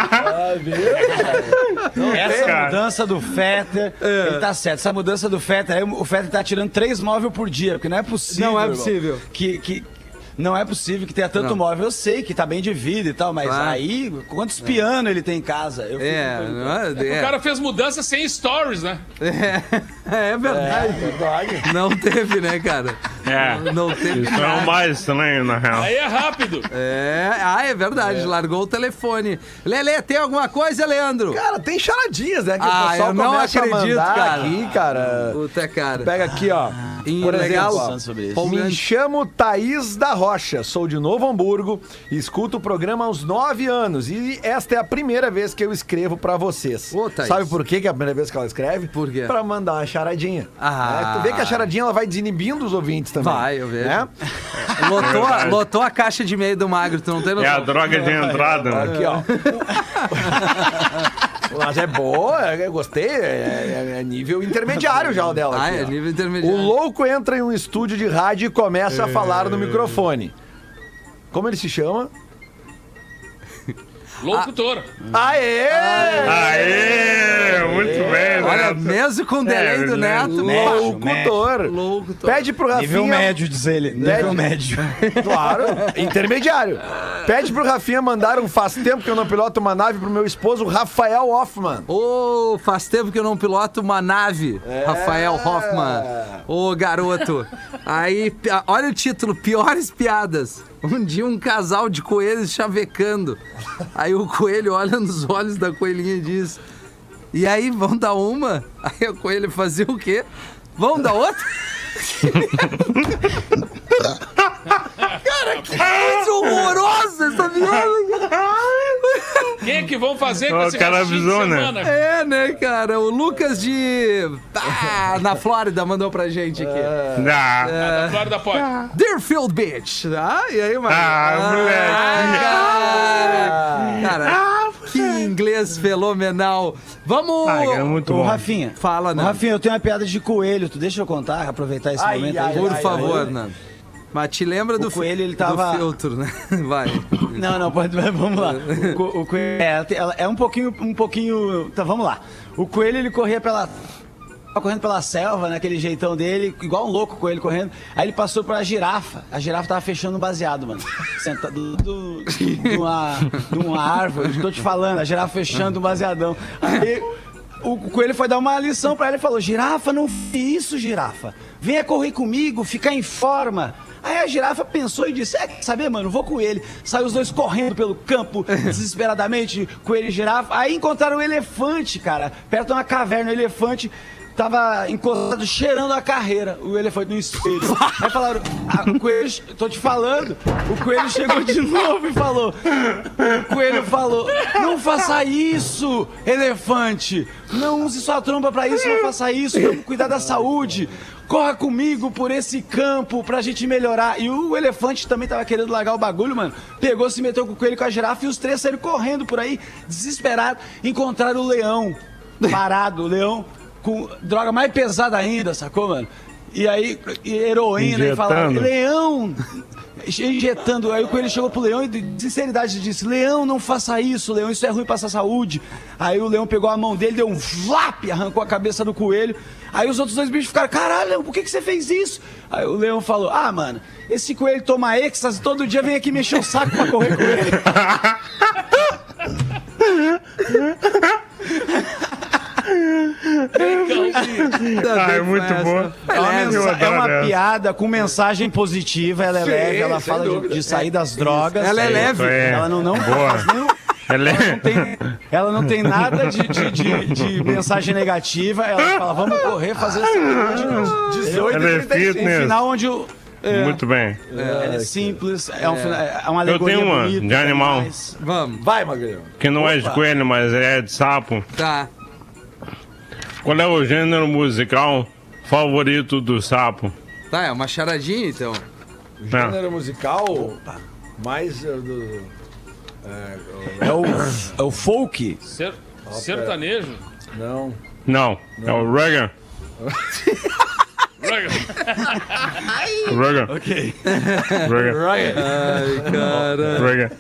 Essa cara. mudança do Fetter, ele tá certo. Essa mudança do Fetter, aí o Fetter tá tirando três móveis por dia, porque não é possível. Não é irmão, possível. Que, que, não é possível que tenha tanto Não. móvel. Eu sei que tá bem de vida e tal, mas Claro. aí, quantos pianos ele tem em casa? Eu fico É, perguntando. não é, O é, cara fez mudança sem stories, né? é, é verdade. Verdade. Não teve, né, cara? É. Não teve Isso é nada. o mais estranho, na real. Aí é rápido. É, ah, é verdade, largou o telefone. Lelê, tem alguma coisa, Leandro? Cara, tem charadinhas, né? Que Ah, o pessoal eu não começa acredito, a mandar cara. aqui, cara. Puta, cara. Pega aqui, ó. Em Por legal, exemplo, ó, Pensando sobre isso. Paulo- me chamo Thaís da Rocha, sou de Novo Hamburgo e escuto o programa há uns nove anos. E esta é a primeira vez que eu escrevo pra vocês. Ô, Thaís. Sabe por que que é a primeira vez que ela escreve? Por quê? Pra mandar uma charadinha. Ah. É, tu vê que a charadinha ela vai desinibindo os ouvintes também. Vai, eu vejo. Né? Lotou, a- verdade. lotou a caixa de meio do Magro, tu não tem É noção. a droga de entrada, né? Aqui, ó. Mas é boa, eu gostei. É, é- é nível intermediário já o dela. Ah, aqui, é ó. nível O intermediário. louco entra em um estúdio de rádio e começa a falar no microfone. Como ele se chama? Locutor. Aê! Aê! Muito bem, Olha, né? mesmo com o delay É, do né? Neto, Médio, Locutor. louco. tô- Pede pro Rafinha. Nível médio, diz ele. Nível Médio. médio. Claro, intermediário. Pede pro Rafinha mandar um faz tempo que eu não piloto uma nave pro meu esposo Rafael Hoffman. Ô, faz tempo que eu não piloto uma nave, Rafael Hoffman. Ô, garoto. Aí, pi- olha o título, Piores Piadas. Um dia um casal de coelhos chavecando. Aí o coelho olha nos olhos da coelhinha e diz, e aí, vão dar uma? Aí a coelha fazia o quê? Vão dar outra? Cara, que coisa horrorosa essa piada. Quem é que vão fazer com Ó, esse o cara restinho de avisou, né? semana? É, né, cara? O Lucas de... Ah, na Flórida mandou pra gente aqui. Ah, Da Flórida pode. Deerfield Beach. Ah, e aí, mano? Ah, moleque. cara. Cara, que inglês fenomenal. Vamos... Ah, é muito Ô, bom. Rafinha. Fala, Ô, Nando. Rafinha, eu tenho uma piada de coelho. Tu deixa eu contar, aproveitar esse Ai, momento ai, aí. Por ai, favor, ai. Nando. Mas te lembra O do, coelho, ele do tava- filtro, né? Vai. Não, não, pode, vamos lá. O, co- o coelho, é, ela é um pouquinho, um pouquinho, tá, vamos lá. O coelho, ele corria pela, tava correndo pela selva, naquele jeitão dele, igual um louco o coelho correndo. Aí ele passou por a girafa. A girafa tava fechando um baseado, mano. Sentado do, de, uma, de uma árvore, tô te falando, a girafa fechando um baseadão. Aí o coelho foi dar uma lição pra ela e falou: girafa, não faz isso, girafa. Venha correr comigo, ficar em forma. Aí a girafa pensou e disse: é, quer saber, mano, vou com ele. Saiu os dois correndo pelo campo, desesperadamente, coelho e girafa. Aí encontraram o elefante, cara, perto de uma caverna. O elefante tava encostado, cheirando a carreira, o elefante no espelho. Aí falaram: ah, o coelho, tô te falando. O coelho chegou de novo e falou: o coelho falou: não faça isso, elefante. Não use sua tromba pra isso, não faça isso. Vamos cuidar da saúde. Corra comigo por esse campo pra gente melhorar. E o elefante também tava querendo largar o bagulho, mano. Pegou, se meteu com o coelho e com a girafa e os três saíram correndo por aí, desesperados. Encontraram o leão parado, o leão com droga mais pesada ainda, sacou, mano? E aí, e heroína, e falaram: leão! Injetando. Aí o coelho chegou pro leão e de sinceridade disse: leão, não faça isso, leão, isso é ruim pra sua saúde. Aí o leão pegou a mão dele, deu um flap, arrancou a cabeça do coelho. Aí os outros dois bichos ficaram: caralho, leão, por que, que você fez isso? Aí o leão falou: ah, mano, esse coelho toma êxtase, todo dia vem aqui mexer o saco pra correr com ele. Ah, é muito bom. É uma, mensa- é uma piada com mensagem positiva, ela é Sim, leve, ela fala de, de sair das drogas. Ela é leve. É. Ela não, não faz nenhum, ela, ela, não tem, ela não tem nada de, de, de, de mensagem negativa. Ela fala: vamos correr, fazer essa dezoito ela é fitness. Um final onde o É, muito bem. É, ela é simples, é, um, é uma alegoria Eu tenho uma bonita, de animal. mas... Vamos. Vai, Magrinho. Que não Opa. é de coelho, mas é de sapo. Tá. Qual é o gênero musical favorito do sapo? Tá, é uma charadinha, então. Gênero musical Opa. mais uh, do... É, é, o, é o folk? Ser, sertanejo? Não. Não, não. É o reggae. Reggae. Reggae. Ok. Reggae. Ai, cara. Reggae.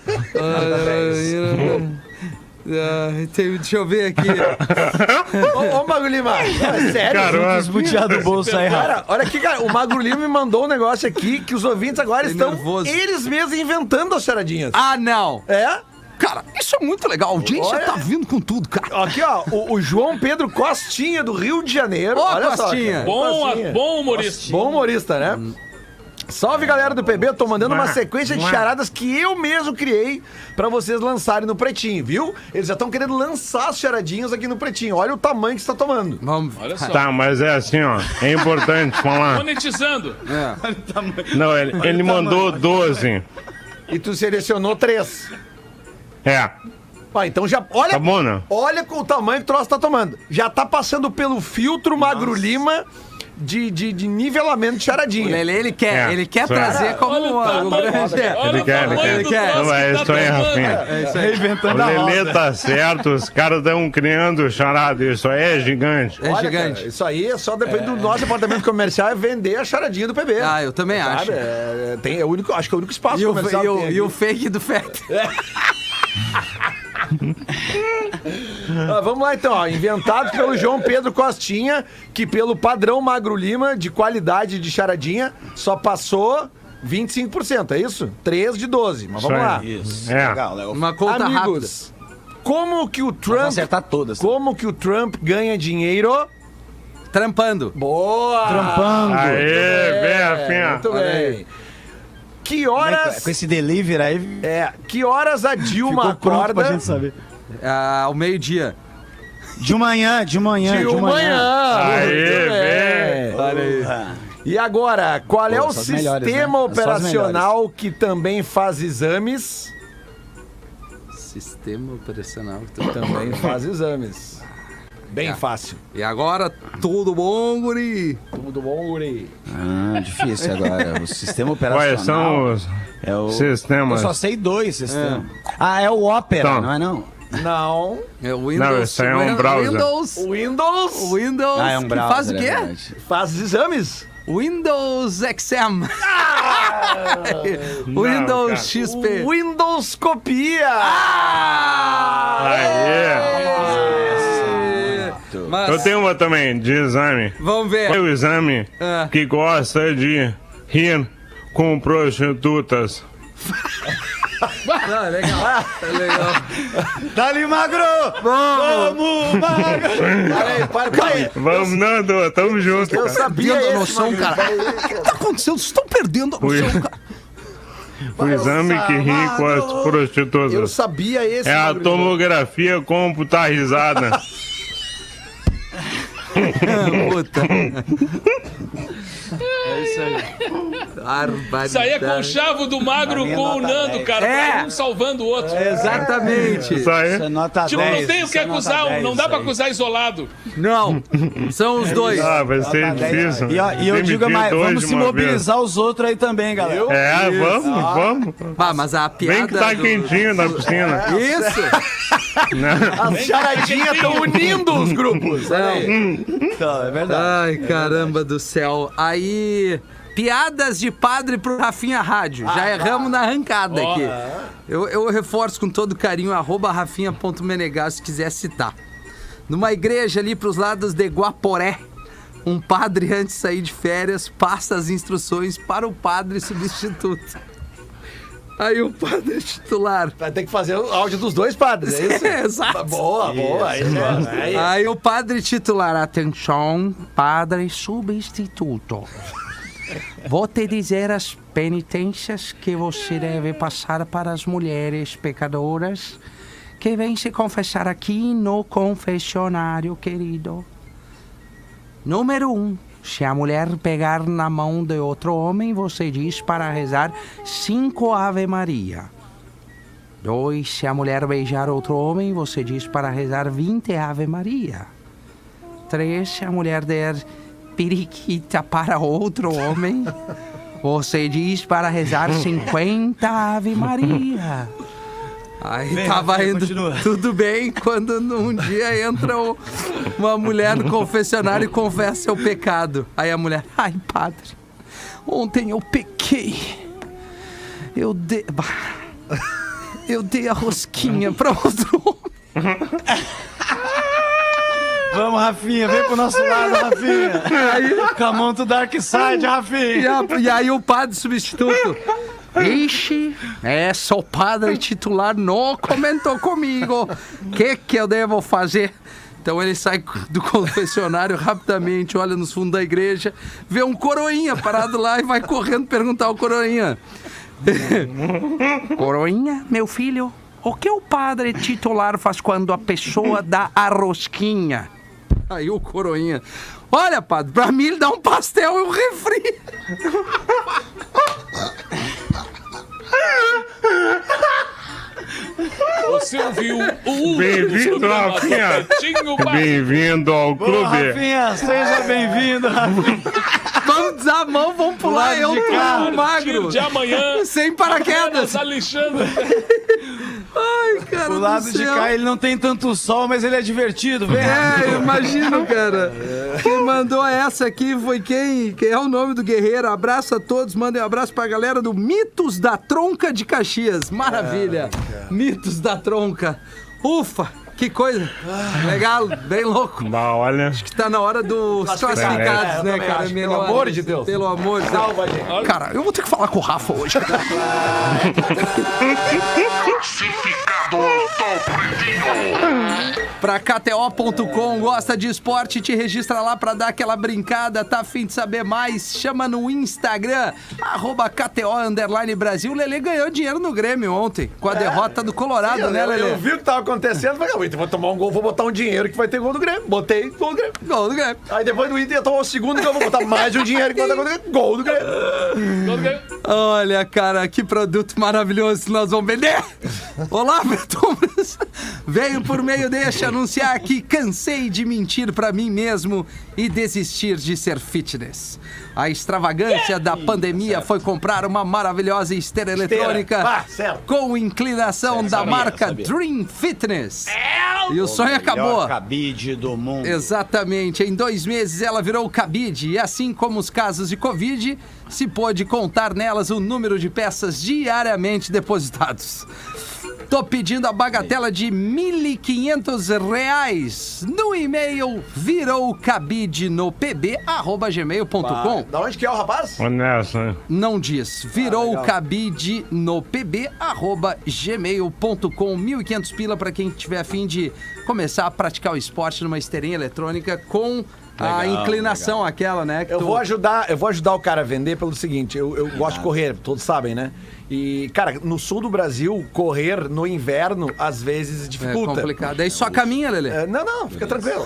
Ai, ah, tem, deixa eu ver aqui. Ô, ô Magro Lima, é sério? Caramba. Desbuteado do bolso aí, cara. Olha aqui, cara, o Magro Lima me mandou um negócio aqui que os ouvintes agora Tô estão nervoso. eles mesmos inventando as charadinhas. Ah, não. É? Cara, isso é muito legal. A audiência Olha. tá vindo com tudo, cara. Aqui, ó, o, o João Pedro Costinha, do Rio de Janeiro. Ô, Olha Costinha. só, cara. Bom, Costinha. bom humorista. Bom humorista, né? Hum. Salve, galera do P B, tô mandando uma sequência de charadas que eu mesmo criei pra vocês lançarem no Pretinho, viu? Eles já estão querendo lançar as charadinhas aqui no Pretinho. Olha o tamanho que você tá tomando. Vamos. Olha só. Tá, mas é assim, ó. É importante falar. Monetizando. É. Não, ele, ele mandou doze. E tu selecionou três. É. Ah, então já. Olha, Tá bom, né? olha com o tamanho que o troço tá tomando. Já tá passando pelo filtro Magro Lima de, de, de nivelamento de O charadinha. Lelê, ele quer, É, ele quer isso aí. trazer como Olha o uma, um tamanho, grande... olha Ele o quer, ele tamanho quer. do quer. troço Não, é que tá isso aí, tomando. Rafinha. É isso aí. O Reinventando a Lelê roda. tá certo, os caras estão criando charada. Isso aí é gigante. É Olha, gigante. cara, isso aí é só depende do nosso departamento comercial é vender a charadinha do P B. Ah, eu também Sabe? acho. É, tem, é o único, acho que é o único espaço E o, comercial e, que o, tem e o aqui. fake do fact. Ah, vamos lá então, ó. Inventado pelo João Pedro Costinha, que pelo padrão Magro Lima de qualidade de charadinha só passou vinte e cinco por cento, é isso? três de doze, mas vamos Isso aí. lá. Isso. É. Legal, Léo. Uma conta Amigos, como que o Vamos Trump acertar todas. como que o Trump ganha dinheiro? rápida. Trampando. Boa! Trampando. Aê, bem, Rafinha. Muito Olha bem. aí. Que Com horas esse delivery aí, é, que horas a Dilma ficou pronto acorda? pra gente saber. Ah, ao meio-dia. De manhã, de manhã, De de manhã. manhã. Aê, É. Olha aí. Ah, E agora, qual é Pô, o só as melhores, sistema né? Só as operacional que também faz exames? Sistema operacional. Também faz exames. Bem É. fácil. E agora, tudo bom, guri? Tudo bom, Uri? Ah, difícil agora. O sistema Quais operacional. são os É o... sistemas? Eu só sei dois sistemas. Ah, é o Opera, Então. não é não? Não. É o Windows. Não, esse aí é um browser. Windows. Windows Windows. Ah, é um que browser, faz o é quê? verdade. faz exames. Windows X M. Não, Windows cara. X P. Windows copia. Aê. Mas, Eu tenho uma também, de exame. vamos ver. Qual é o exame Ah. que gosta de rir com prostitutas? Não, é legal. É legal. Dali, magro! Vamos, magro! Para aí, para, para aí. Vamos, Nando, tamo junto, Eu cara. sabia Perdendo a esse, noção, Magro. cara. Para aí, O que tá acontecendo? Vocês estão perdendo a Fui. noção, cara. O exame que ri com as Eu prostitutas. sabia esse, É a Magro. tomografia computarizada. Puta. É isso aí. Barbaridade. Isso aí é conchavo do magro minha com o nota Nando, dez. cara. É. Um salvando o outro. Exatamente. Isso aí. Isso é nota Tipo, dez. não tem o que isso é nota acusar, um, dez, não dá isso pra aí. acusar isolado. Não, são os dois. Ah, vai ser Nota dez. difícil. E, ó, e eu Demitir digo mais, dois vamos de se uma mobilizar os outros aí também, galera. vez. É, vamos, vamos. Ah, mas a piada... Vem que tá do- quentinho na piscina. Isso. Né? As charadinhas estão unindo os grupos. Olha aí. Então, é verdade. Ai, caramba do céu. Aí... Piadas de padre pro Rafinha Rádio. Já erramos na arrancada Ó. aqui. Eu, eu reforço com todo carinho, arroba rafinha.menegas se quiser citar. Numa igreja ali pros lados de Guaporé, um padre, antes de sair de férias, passa as instruções para o padre substituto. Aí o padre titular... Vai ter que fazer o áudio dos dois padres, é isso? É, exato. Boa, boa. Aí, aí. Aí o padre titular, atenção, padre substituto. Vou te dizer as penitências que você deve passar para as mulheres pecadoras que vêm se confessar aqui no confessionário, querido. Número um, se a mulher pegar na mão de outro homem, você diz para rezar cinco Ave Maria. Dois, se a mulher beijar outro homem, você diz para rezar vinte Ave Maria. Três, se a mulher der periquita para outro homem, você diz para rezar cinquenta Ave Maria. Aí Vem, tava Rafinha, indo continua. tudo bem quando num dia entra o- uma mulher no confessionário e confessa seu pecado. Aí a mulher, ai padre, ontem eu pequei. Eu dei... bah, eu dei a rosquinha para outro homem. Vamos, Rafinha, vem pro nosso lado, Rafinha. Aí, Come on to Dark Side, e, Rafinha. a- e aí o padre substituto. Ixi, essa o padre titular não comentou comigo. O que que eu devo fazer? Então ele sai do confessionário rapidamente, olha nos fundos da igreja, vê um coroinha parado lá e vai correndo perguntar ao coroinha. Coroinha, meu filho, o que o padre titular faz quando a pessoa dá a rosquinha? Aí o coroinha, olha padre, pra mim ele dá um pastel e um refri. Você ouviu o último Bem-vindo, programa do Rafinha. Pretinho Básico. Bem-vindo ao Boa, clube. Rafinha, seja bem-vindo, Rafinha. Vamos dar a mão, vamos pular, lado eu de tô cá. um magro. Tiro de amanhã. Sem paraquedas. Alexandre. Ai, cara Do lado do de céu. cá ele não tem tanto sol, mas ele é divertido, vem, Rafinha. É, imagino, cara. Quem mandou essa aqui foi quem? Quem é o nome do guerreiro? Abraço a todos, mandem um abraço pra galera do Mitos da Tronca de Caxias. Maravilha. Mitos da Tronca. Ufa, que coisa. Legal, bem louco. Bah, olha. Que tá na hora dos classificados, É, eu né, também cara? acho, Melhor. pelo amor de Deus. Pelo amor de Deus. Salva, gente. Cara, eu vou ter que falar com o Rafa hoje. cara. Pra K T O ponto com, gosta de esporte, te registra lá pra dar aquela brincada, tá afim de saber mais? Chama no Instagram, arroba K T O underline Brasil. O Lelê ganhou dinheiro no Grêmio ontem, com a derrota do Colorado, Eu, né, eu, Lelê? eu vi o que tava acontecendo, falei, ah, o Inter vai tomar um gol, vou botar um dinheiro que vai ter gol do Grêmio. Botei gol do Grêmio. Gol do Grêmio. Aí depois do Inter ia tomar o segundo, que eu vou botar mais um dinheiro que vai dar gol do Grêmio. Gol do Grêmio. Olha, cara, que produto maravilhoso que nós vamos vender. Olá, Bertombras. Veio por meio deste anunciar que cansei de mentir pra mim mesmo e desistir de ser fitness. A extravagância da pandemia foi comprar uma maravilhosa esteira eletrônica Ah, certo. com inclinação da sabia, marca sabia. Dream Fitness. E o sonho acabou. Melhor cabide do mundo. Exatamente. Em dois meses ela virou cabide e assim como os casos de Covid, se pôde contar nelas o número de peças diariamente depositados. Tô pedindo a bagatela de mil e quinhentos reais no e-mail virou cabide no pb arroba gmail ponto com. Da onde que é o rapaz? Honesta. Não diz. Virou Ah, cabide no pb arroba gmail ponto com. mil e quinhentos pila pra quem tiver a fim de começar a praticar o esporte numa esteirinha eletrônica com a Legal, inclinação aquela, né? que Eu tu- vou ajudar, eu vou ajudar o cara a vender pelo seguinte, eu, eu gosto de correr, todos sabem, né? E, cara, no sul do Brasil, correr no inverno, às vezes, É dificulta. complicado. Aí só caminha, Lelê. É, não, não, fica tranquilo.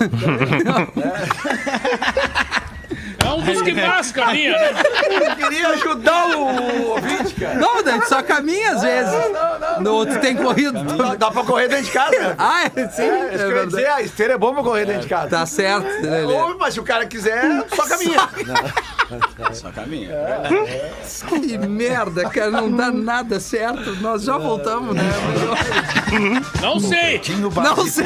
É um dos que mais caminha, né? Eu queria ajudar o ouvinte, cara. Não, Dante, só caminha às vezes. não, não, No outro tem corrido. Dá, dá pra correr dentro de casa. Ah, é, sim. É, É isso que eu ia verdade. dizer, a esteira é bom pra correr dentro de casa. Tá certo, Lelê. Ou, mas se o cara quiser, só caminha. Só caminha. Que merda, cara. Não dá nada certo. Nós já voltamos, né? Melhor. Não sei. Não sei.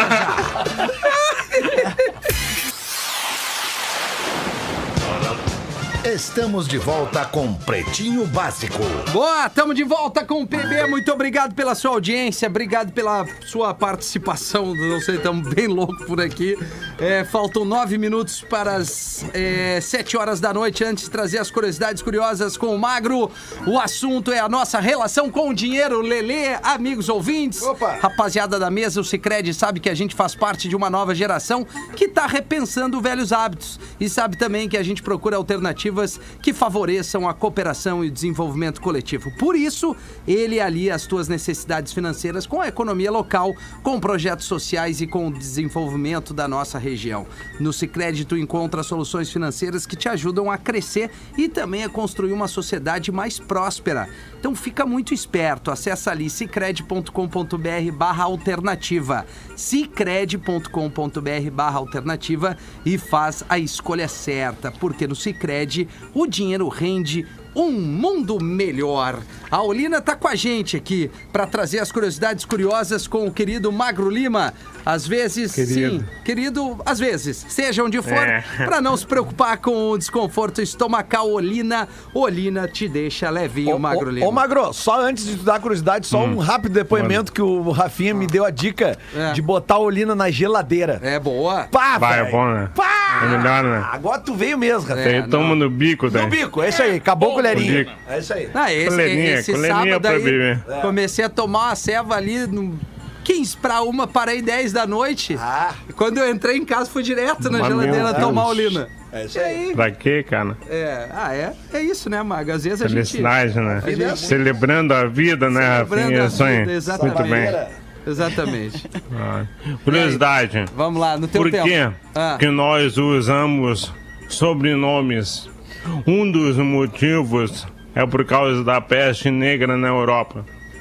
Estamos de volta com Pretinho Básico. Boa, estamos de volta com o P B. Muito obrigado pela sua audiência, obrigado pela sua participação. Não sei, estamos bem loucos por aqui. É, faltam nove minutos para as é, sete horas da noite. Antes de trazer as curiosidades curiosas com o Magro, o assunto é a nossa relação com o dinheiro. Lelê, amigos ouvintes, Opa. rapaziada da mesa, o Sicredi sabe que a gente faz parte de uma nova geração que está repensando velhos hábitos e sabe também que a gente procura alternativas que favoreçam a cooperação e o desenvolvimento coletivo. Por isso, ele alia as tuas necessidades financeiras com a economia local, com projetos sociais e com o desenvolvimento da nossa região. No Sicredi tu encontra soluções financeiras que te ajudam a crescer e também a construir uma sociedade mais próspera. Então fica muito esperto, acessa ali sicredi ponto com ponto br barra alternativa, sicredi ponto com ponto br barra alternativa e faz a escolha certa, porque no Sicredi o dinheiro rende um mundo melhor. A Olina tá com a gente aqui para trazer as curiosidades curiosas com o querido Magro Lima. Às vezes, Querido. sim, querido, às vezes, seja onde for, É. para não se preocupar com o desconforto estomacal. Olina, Olina te deixa levinho, Ô, Magro ô, Lima. Ô, Magro, só antes de tu dar curiosidade, só um rápido depoimento que o Rafinha me deu a dica É. de botar a Olina na geladeira. É boa. Pá, Vai, é velho. bom, né? Pá! É melhor, né? Agora tu veio mesmo, Rafinha. É, Aí toma no bico, No daí. bico, é isso aí. Acabou a colherinha. bico. É isso aí. Ah, esse, Colherinha, esse colherinha sábado pra aí, beber. comecei a tomar uma ceva ali no quinze pra uma, parei dez da noite. Ah. E quando eu entrei em casa, fui direto na Mas, geladeira meu tomar Deus. Olina. É isso E aí. aí? Pra quê, cara? É, ah, é? É isso, né, Maga? Às vezes a gente... Felicidade, né? a gente- Celebrando a vida, né, Celebrando Rafinha? a Isso aí. vida, exatamente. Muito bem. Exatamente. Ah, Curiosidade. Vamos lá, no teu Por tempo. que Ah. que nós usamos sobrenomes? Um dos motivos é por causa da peste negra na Europa.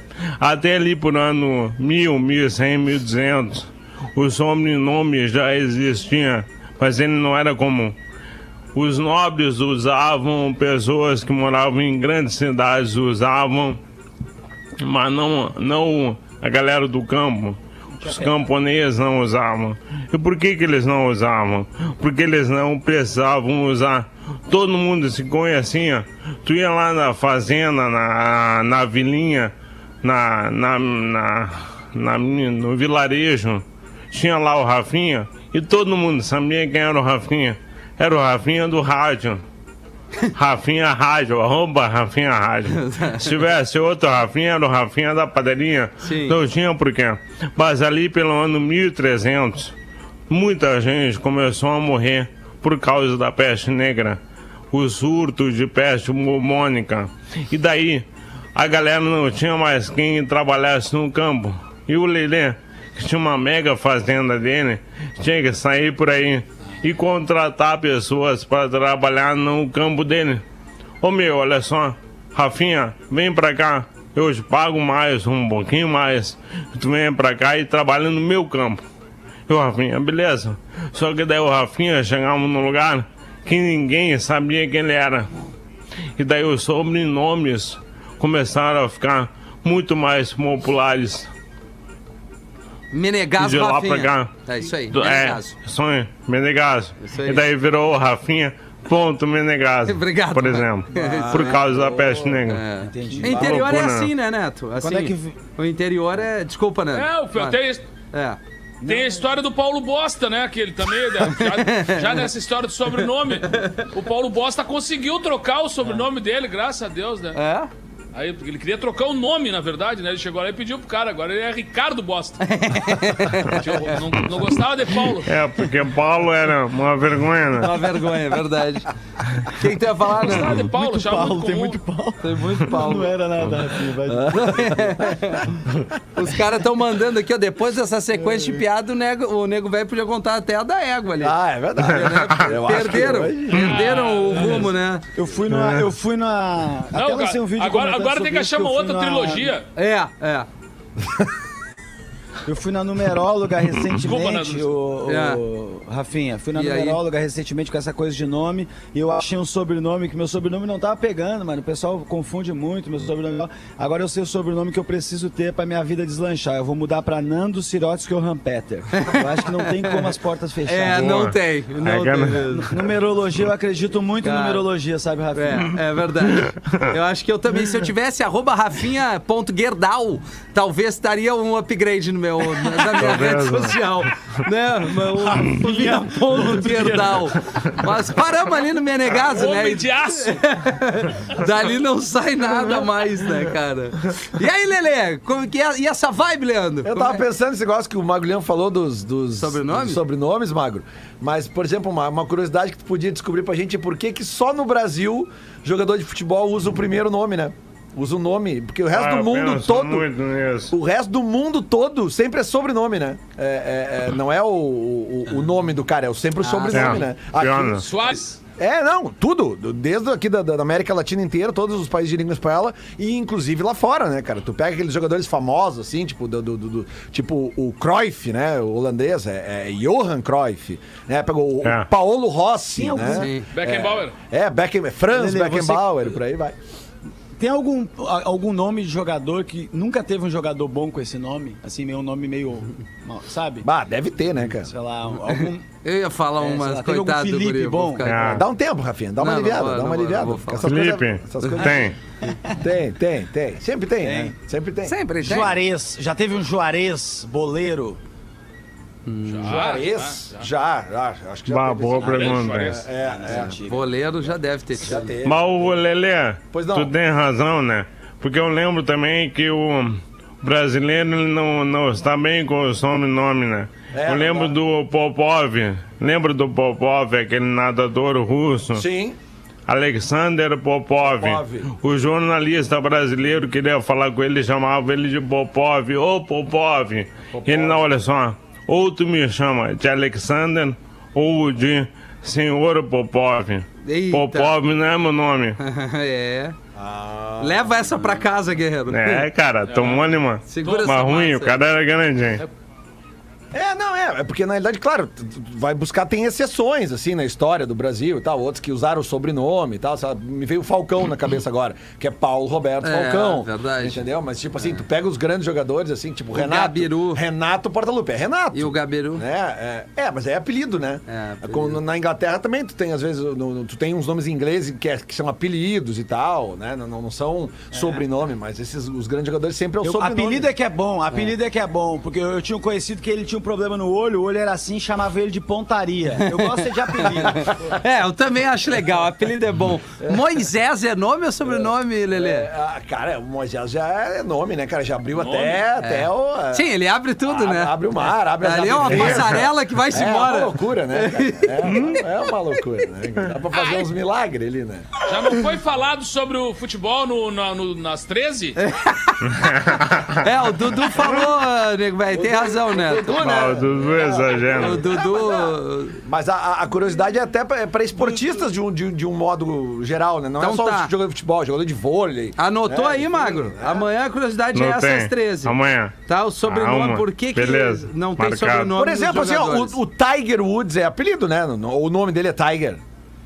Até ali por ano mil, mil e cem, mil e duzentos, o sobrenome já existia, mas ele não era comum. Os nobres usavam, pessoas que moravam em grandes cidades usavam, mas não, não a galera do campo. Os camponeses não usavam. E por que que eles não usavam? Porque eles não precisavam usar. Todo mundo se conhecia. Tu ia lá na fazenda, na, na vilinha, na, na, na, na- no vilarejo, tinha lá o Rafinha, e todo mundo sabia quem era o Rafinha. Era o Rafinha do rádio. Rafinha Rádio, arroba Rafinha Rádio. Se tivesse outro Rafinha, era o Rafinha da padaria. Sim. Não tinha porquê. Mas ali pelo ano mil e trezentos, muita gente começou a morrer por causa da peste negra. O surto de peste bubônica. E daí, a galera não tinha mais quem trabalhasse no campo. E o Lelê, que tinha uma mega fazenda dele, tinha que sair por aí e contratar pessoas para trabalhar no campo dele. Ô meu, olha só, Rafinha, vem pra cá, eu te pago mais, um pouquinho mais, tu vem pra cá e trabalha no meu campo. E o Rafinha, beleza. Só que daí o Rafinha chegava num lugar que ninguém sabia quem ele era. E daí os sobrenomes começaram a ficar muito mais populares. Menegaso De lá Rafinha. pra cá. É isso aí, Do- É, Menegaso. sonho, Menegaso. Isso aí. E daí virou o Rafinha ponto Menegaso. Obrigado. Por exemplo. Por causa da peste negra. É. Entendi. O interior é Loucura, assim, né, Neto? Assim, Quando é que vi- O interior é... Desculpa, Neto. É, o Vai. tem, É. tem a história do Paulo Bosta, né? Que ele também, né, já, já nessa história do sobrenome, o Paulo Bosta conseguiu trocar o sobrenome dele, graças a Deus, né? É? Aí, porque ele queria trocar o nome, na verdade, né? Ele chegou lá e pediu pro cara, agora ele é Ricardo Bosta. não, não gostava de Paulo. É, porque Paulo era uma vergonha, né? Uma vergonha, é verdade. O que, que tu ia falar, Não gostava né? de Paulo, já Paulo, muito tem comum. muito Paulo. Tem muito Paulo. Não era nada assim, vai. Os caras estão mandando aqui, ó. Depois dessa sequência de piada, o nego, o nego velho podia contar até a da égua ali. Ah, é verdade. Eu acho que Perderam, hoje- perderam o rumo, né? Eu fui na. Eu fui na. Não, até lancei cara, um vídeo agora, comentando agora tem sobre que isso, achar uma eu fui outra na- trilogia. É, é. Eu fui na numeróloga Desculpa, recentemente, Nando. o, o- Rafinha, fui na E aí? numeróloga recentemente com essa coisa de nome e eu achei um sobrenome que meu sobrenome não tava pegando, mano. O pessoal confunde muito meu sobrenome. Agora eu sei o sobrenome que eu preciso ter pra minha vida deslanchar. Eu vou mudar pra Nando Sirotsky Rampeter. Eu acho que não tem como as portas É, fecharem. não tem. Não É, tem cara. mesmo. Numerologia, eu acredito muito Cara. em numerologia, sabe, Rafinha? É, é verdade. Eu acho que eu também, se eu tivesse arroba rafinha.gerdau, talvez estaria um upgrade no meu, na minha rede social. Né? O Rafinha.gerdau. Mas paramos ali no Menegaso, né? Homem de aço. Dali não sai nada mais, né, cara? E aí, Lelê? Como que é? E essa vibe, Leandro? Eu Como tava é? pensando nesse negócio que o Magulhão falou dos, dos Sobrenomes? dos sobrenomes, Magro. Mas, por exemplo, uma, uma curiosidade que tu podia descobrir pra gente é por que que só no Brasil jogador de futebol usa o primeiro nome, né? Usa o nome, porque o resto Ah, do eu mundo penso todo... muito nisso. O resto do mundo todo sempre é sobrenome, né? É, é, é, não é o, o, o nome do cara, é sempre o sobrenome, é. né? Pior, né? Soares. É, não, tudo. Desde aqui da, da América Latina inteira, todos os países de língua espanhola e inclusive lá fora, né, cara? Tu pega aqueles jogadores famosos, assim, tipo, do, do, do- do- tipo o Cruyff, né? O holandês, é, é Johan Cruyff, né? Pegou o É. Paolo Rossi, né? Sim. Beckenbauer. É, Becken, Franz Lelê, Beckenbauer, por aí vai. Tem algum, a- algum nome de jogador que nunca teve um jogador bom com esse nome? Assim, meio um nome meio. mal, Sabe? Bah, deve ter, né, cara? Sei lá, algum. Eu ia falar É, sei umas, lá, teve algum coitado do Felipe guri. vou bom? ficar- Ah. Dá um tempo, Rafinha, dá uma Não, não aliviada, vou, dá não uma vou, aliviada. não vou Porque falar. essas coisas- Felipe, essas coisas- tem. Tem, tem, tem. Sempre tem, né? Sempre tem. Sempre tem. Juarez. Já teve um Juarez, boleiro? Juarez? Já, já, acho que já Bah, teve boa esse- pergunta. Juarez. É, é. Boleiro já deve ter tido. Já teve. Mas o Lelê, Pois não. tu tem razão, né? Porque eu lembro também que o brasileiro ele não, não está bem com o sobrenome, né? É, eu não lembro dá. do Popov, lembro do Popov, aquele nadador russo. Sim. Alexander Popov. Popov. O jornalista brasileiro queria falar com ele, chamava ele de Popov. Ô Popov. Ele não, olha só. Ou tu me chama de Alexander ou de Senhor Popov. Eita. Popov não é meu nome. É. Leva essa pra casa, guerreiro. É, cara, tomou anima. Segura Mas essa ruim, massa o cara era grande, hein? É, não, é, é porque na realidade, claro, tu, tu vai buscar, tem exceções, assim, na história do Brasil e tal, outros que usaram o sobrenome e tal, sabe? Me veio o Falcão na cabeça agora, que é Paulo Roberto É, Falcão. verdade. Entendeu? Mas, tipo assim, tu pega os grandes jogadores, assim, tipo Renato. Gabiru. Renato Portaluppi, é Renato. E o Gabiru? É, é, é, mas é apelido, né? É, apelido. Como na Inglaterra também tu tem, às vezes, no- no- tu tem uns nomes ingleses que, é- que são apelidos e tal, né? Não, não, não são sobrenome, mas esses, os grandes jogadores sempre é o Eu, sobrenome. apelido é que é bom, apelido é. que é bom, porque eu, eu tinha um conhecido que ele tinha um problema no olho, o olho era assim, chamava ele de pontaria. Eu gosto é de apelido. É, eu também acho legal. O apelido é bom. Moisés é nome ou sobrenome, Lelê? É, ah, cara, o Moisés já é nome, né, cara? Já abriu Nome? até, até o... é, Sim, ele abre tudo, a- né? Abre o mar, abre as Ali é uma aves verdes. passarela que vai-se É embora. uma loucura, né, cara? É, uma- é uma loucura, né? Dá pra fazer uns milagres ali, né? Já não foi falado sobre o futebol no, na- no- nas treze? É, o Dudu falou, nego, velho. Tem razão, né? Ah, o Dudu O exagera. Dudu. Mas a- a, a curiosidade é até pra, pra esportistas de um, de, um- de um modo geral, né? Não Então é só tá. jogador de futebol, jogador de vôlei. Anotou É, aí, enfim, Magro? é. Amanhã a curiosidade é Não essa às tem. treze. Amanhã. Tá, o sobrenome, Calma. por que, que Beleza. não tem Marcado. sobrenome Por exemplo, dos assim, ó, jogadores? o, o Tiger Woods é apelido, né? O nome dele é Tiger.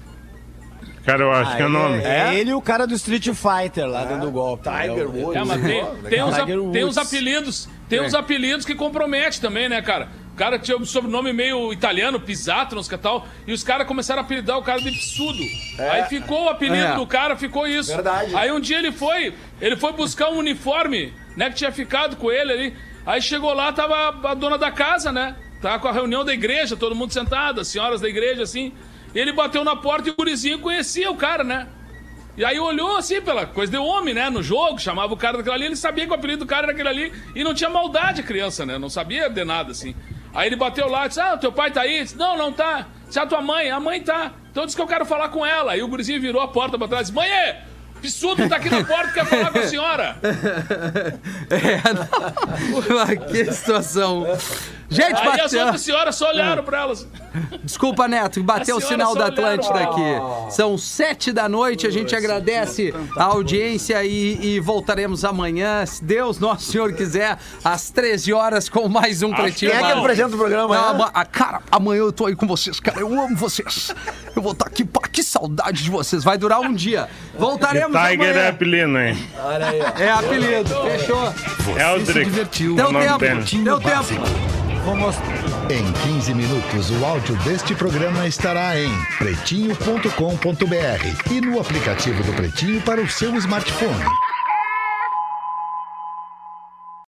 Cara, eu acho que é nome. É, É? ele e o cara do Street Fighter lá dentro do golpe. Tiger É o- Woods. É, mas tem, Legal. tem, uns, Tiger tem uns Woods. apelidos, tem uns apelidos que comprometem também, né, cara? cara tinha um sobrenome meio italiano, Pisatrons, que tal, e os caras começaram a apelidar o cara de Psudo. É. Aí ficou o apelido É. do cara, ficou isso. Verdade. Aí um dia ele foi, ele foi buscar um uniforme, né, que tinha ficado com ele ali. Aí chegou lá, tava a dona da casa, né? Tava com a reunião da igreja, todo mundo sentado, as senhoras da igreja, assim. Ele bateu na porta e o gurizinho conhecia o cara, né? E aí olhou assim, pela coisa de homem, né? No jogo, chamava o cara daquele ali, ele sabia que o apelido do cara era aquele ali. E não tinha maldade a criança, né? Não sabia de nada, assim. Aí ele bateu lá e disse, ah, teu pai tá aí? Disse, não, não tá. Disse, a tua mãe? A mãe tá. Então disse que eu quero falar com ela. Aí o gurizinho virou a porta pra trás e disse, mãe, Psudo tá aqui na porta, quer falar com a senhora. É, não. Que situação. Gente, Aí as bateu. outras senhoras só olharam pra elas. Desculpa, Neto, bateu o A sinal da senhora só Atlântida olharam. aqui. São sete da noite, a gente agradece a audiência e, e voltaremos amanhã, se Deus Nosso Senhor quiser, às treze horas com mais um Pretinho Quem é que Básico. apresenta o programa Não, amanhã? ama- ah, cara, amanhã eu tô aí com vocês, cara. Eu amo vocês. Eu vou estar aqui, pá, que saudade de vocês. Vai durar um dia. Voltaremos Tiger é amanhã. apelido, hein? Olha aí, ó. É apelido, fechou. É o Você se Drick. divertiu. Deu o nome tempo, dele. Pretinho deu tempo. Básico. Vou mostrar. Em quinze minutos, o áudio deste programa estará em pretinho ponto com ponto br e no aplicativo do Pretinho para o seu smartphone.